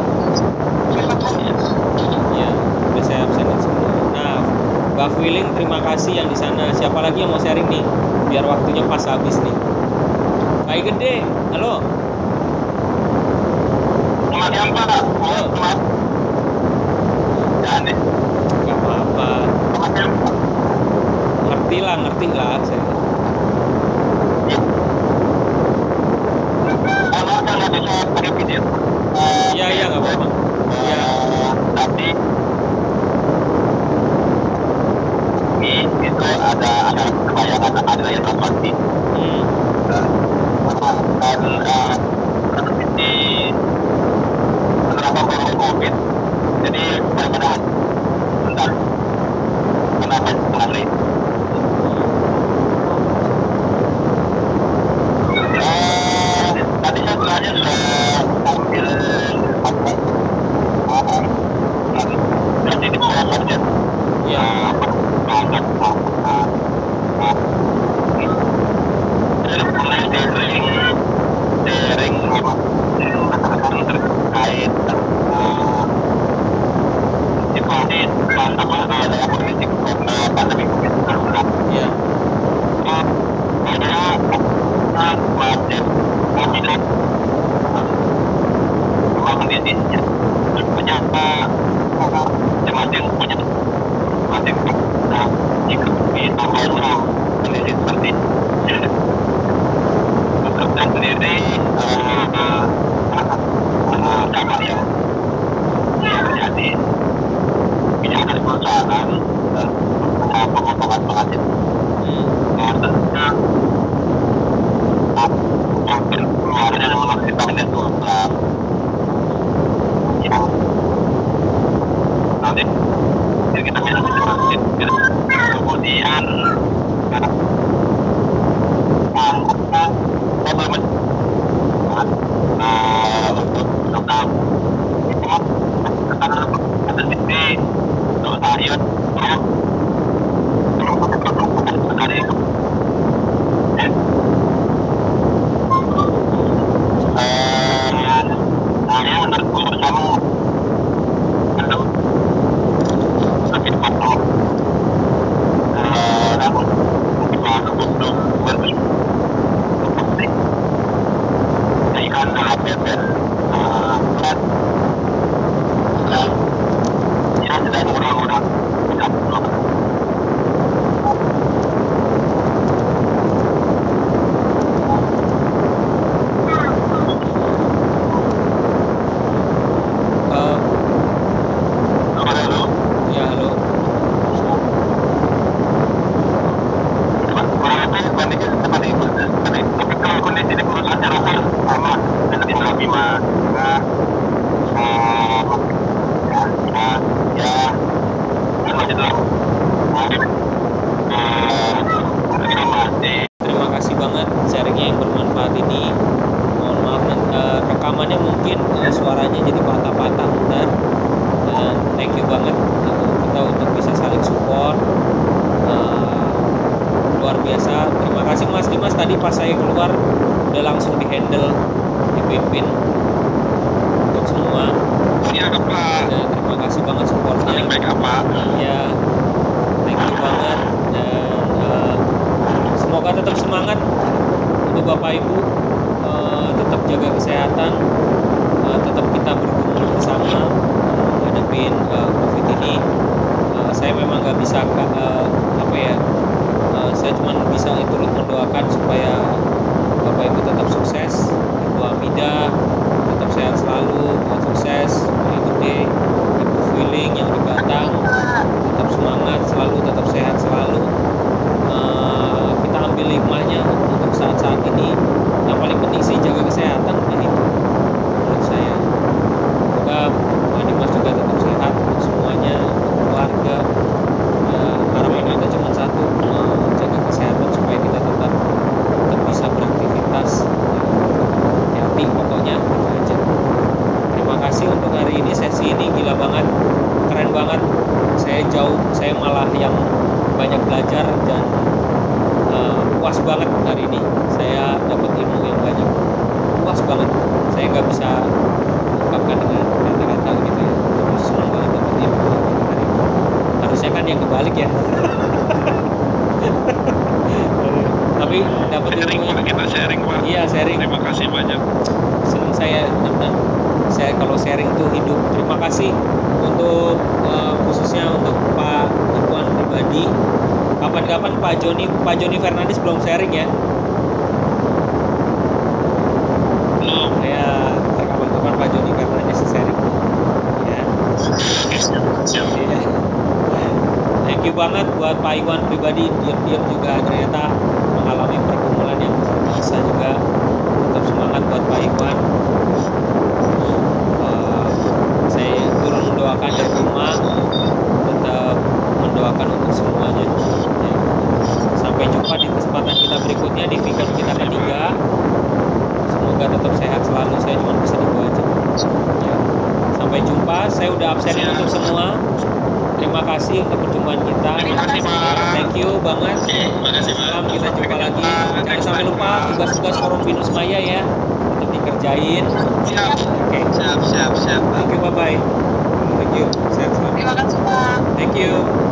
Ya, udah saya absenin semua. Nah, Mbak Feeling terima kasih yang di sana. Siapa lagi yang mau sharing nih? Biar waktunya pas habis nih. Kai Gede, halo. Selamat siang Pak. Halo. Selamat. Ya nih. Gak apa-apa. Selamat siang Pak. Ngerti lah, ngerti lah saya. Kalau saya nggak bisa pakai video. Iya, iya nggak apa-apa. Iya. Eh, Tadi ini itu ada acara kebayangan ada yang transportasi. Hmm. Dan eh, ini beberapa orang COVID. Jadi benar-benar bentar. Kenapa hari? Eh, tadi saya sebenarnya sudah ambil apa? Jadi di bawah saja. Iya. Banyak jadi mulai dari dari apa? Masyarakat terkait situasi apa ada politik pandemi COVID sembilan belas. Iya. Ada wajib pemilihan rumah kondisinya punya masing-masing punya masing nah jika kita mau kondisi seperti untuk saya sendiri dampak yang yang terjadi kebijakan dari perusahaan pemotongan penghasilan Hmm. tentunya mungkin keluarnya yang mengaktifkan itu yang nanti jadi kita bisa masing-masing kemudian problem untuk tetap karena ada sisi untuk sayur ya sekali saya menurutku kamu belum lebih patuh namun mungkin baru untuk lebih penting ikan dalam bebek berat ya sedang orang-orang tidak belum Eh, halo ya halo. kondisi seperti itu tapi kalau kondisi di perusahaan saya rasa sama dengan di Nabi mas ya ya masih dalam masih Terima kasih banget sharingnya yang bermanfaat ini. Mohon maaf eh, rekamannya mungkin eh, suaranya jadi patah-patah bentar. Dan thank you banget eh, kita untuk bisa saling support. Eh, luar biasa. Terima kasih Mas Dimas tadi pas saya keluar udah langsung dihandle, dipimpin untuk semua. Siap Pak. Ya, terima kasih banget supportnya. Paling baik apa? Ya, thank you banget dan uh, semoga tetap semangat untuk Bapak Ibu, uh, tetap jaga kesehatan, uh, tetap kita bergumul bersama uh, ngadepin uh, COVID ini. Uh, saya memang nggak bisa uh, apa ya, uh, saya cuma bisa turut mendoakan supaya Bapak Ibu tetap sukses, Ibu Amida tetap sehat selalu, buat sukses, Ibu Gede, Ibu Feeling yang di Batam tetap semangat selalu, tetap sehat selalu. Uh, kita ambil hikmahnya untuk saat-saat ini. Yang paling penting sih jaga kesehatan, nah itu menurut saya. Semoga Pak Dimas juga tetap sehat untuk semuanya, untuk keluarga. Ya, harapan kita cuma satu, uh, jaga kesehatan supaya kita tetap tetap bisa beraktivitas. Ya, hati pokoknya itu aja. Terima kasih untuk hari ini, sesi ini gila banget, keren banget. Saya jauh, saya malah yang banyak belajar dan uh, puas banget hari ini. Saya dapat ilmu yang banyak, puas banget. Saya nggak bisa ungkapkan dengan kata-kata gitu ya. Tapi senang banget dapat ilmu hari ini. Harusnya kan yang kebalik ya. Tapi dapat Sharing ilmu. Pak, kita sharing Pak. Iya, sharing. Terima kasih banyak. Senang saya benar-benar. Saya kalau sharing tuh hidup. Terima kasih untuk uh, khususnya untuk Pak Iwan pribadi. Kapan-kapan Pak Joni Pak Joni Fernandes belum sharing ya? Belum. Ya, kapan-kapan Pak Joni Fernandes sharing. Ya. Iya. Thank you banget buat Pak Iwan pribadi, diam-diam juga ternyata mengalami pergumulan yang luar biasa juga. Tetap semangat buat Pak Iwan. Uh, saya turun mendoakan dari rumah, tetap mendoakan untuk semuanya. Ya. Sampai jumpa di kesempatan kita berikutnya di Vicon kita ketiga. Semoga tetap sehat selalu. Saya cuma bisa itu aja. Ya. Sampai jumpa. Saya udah absenin untuk semua. Terima kasih untuk perjumpaan kita. Terima kasih Pak. Thank you banget. Oke, makasih Pak. Salam, kita jumpa lagi. Pak. Jangan Next sampai time, lupa Pak. tugas-tugas forum Binus Maya ya. Tetap dikerjain. Siap. Oke. Siap, siap, siap Pak. Thank you, bye bye. Thank you. Sehat selalu. Terima kasih Pak. Thank you.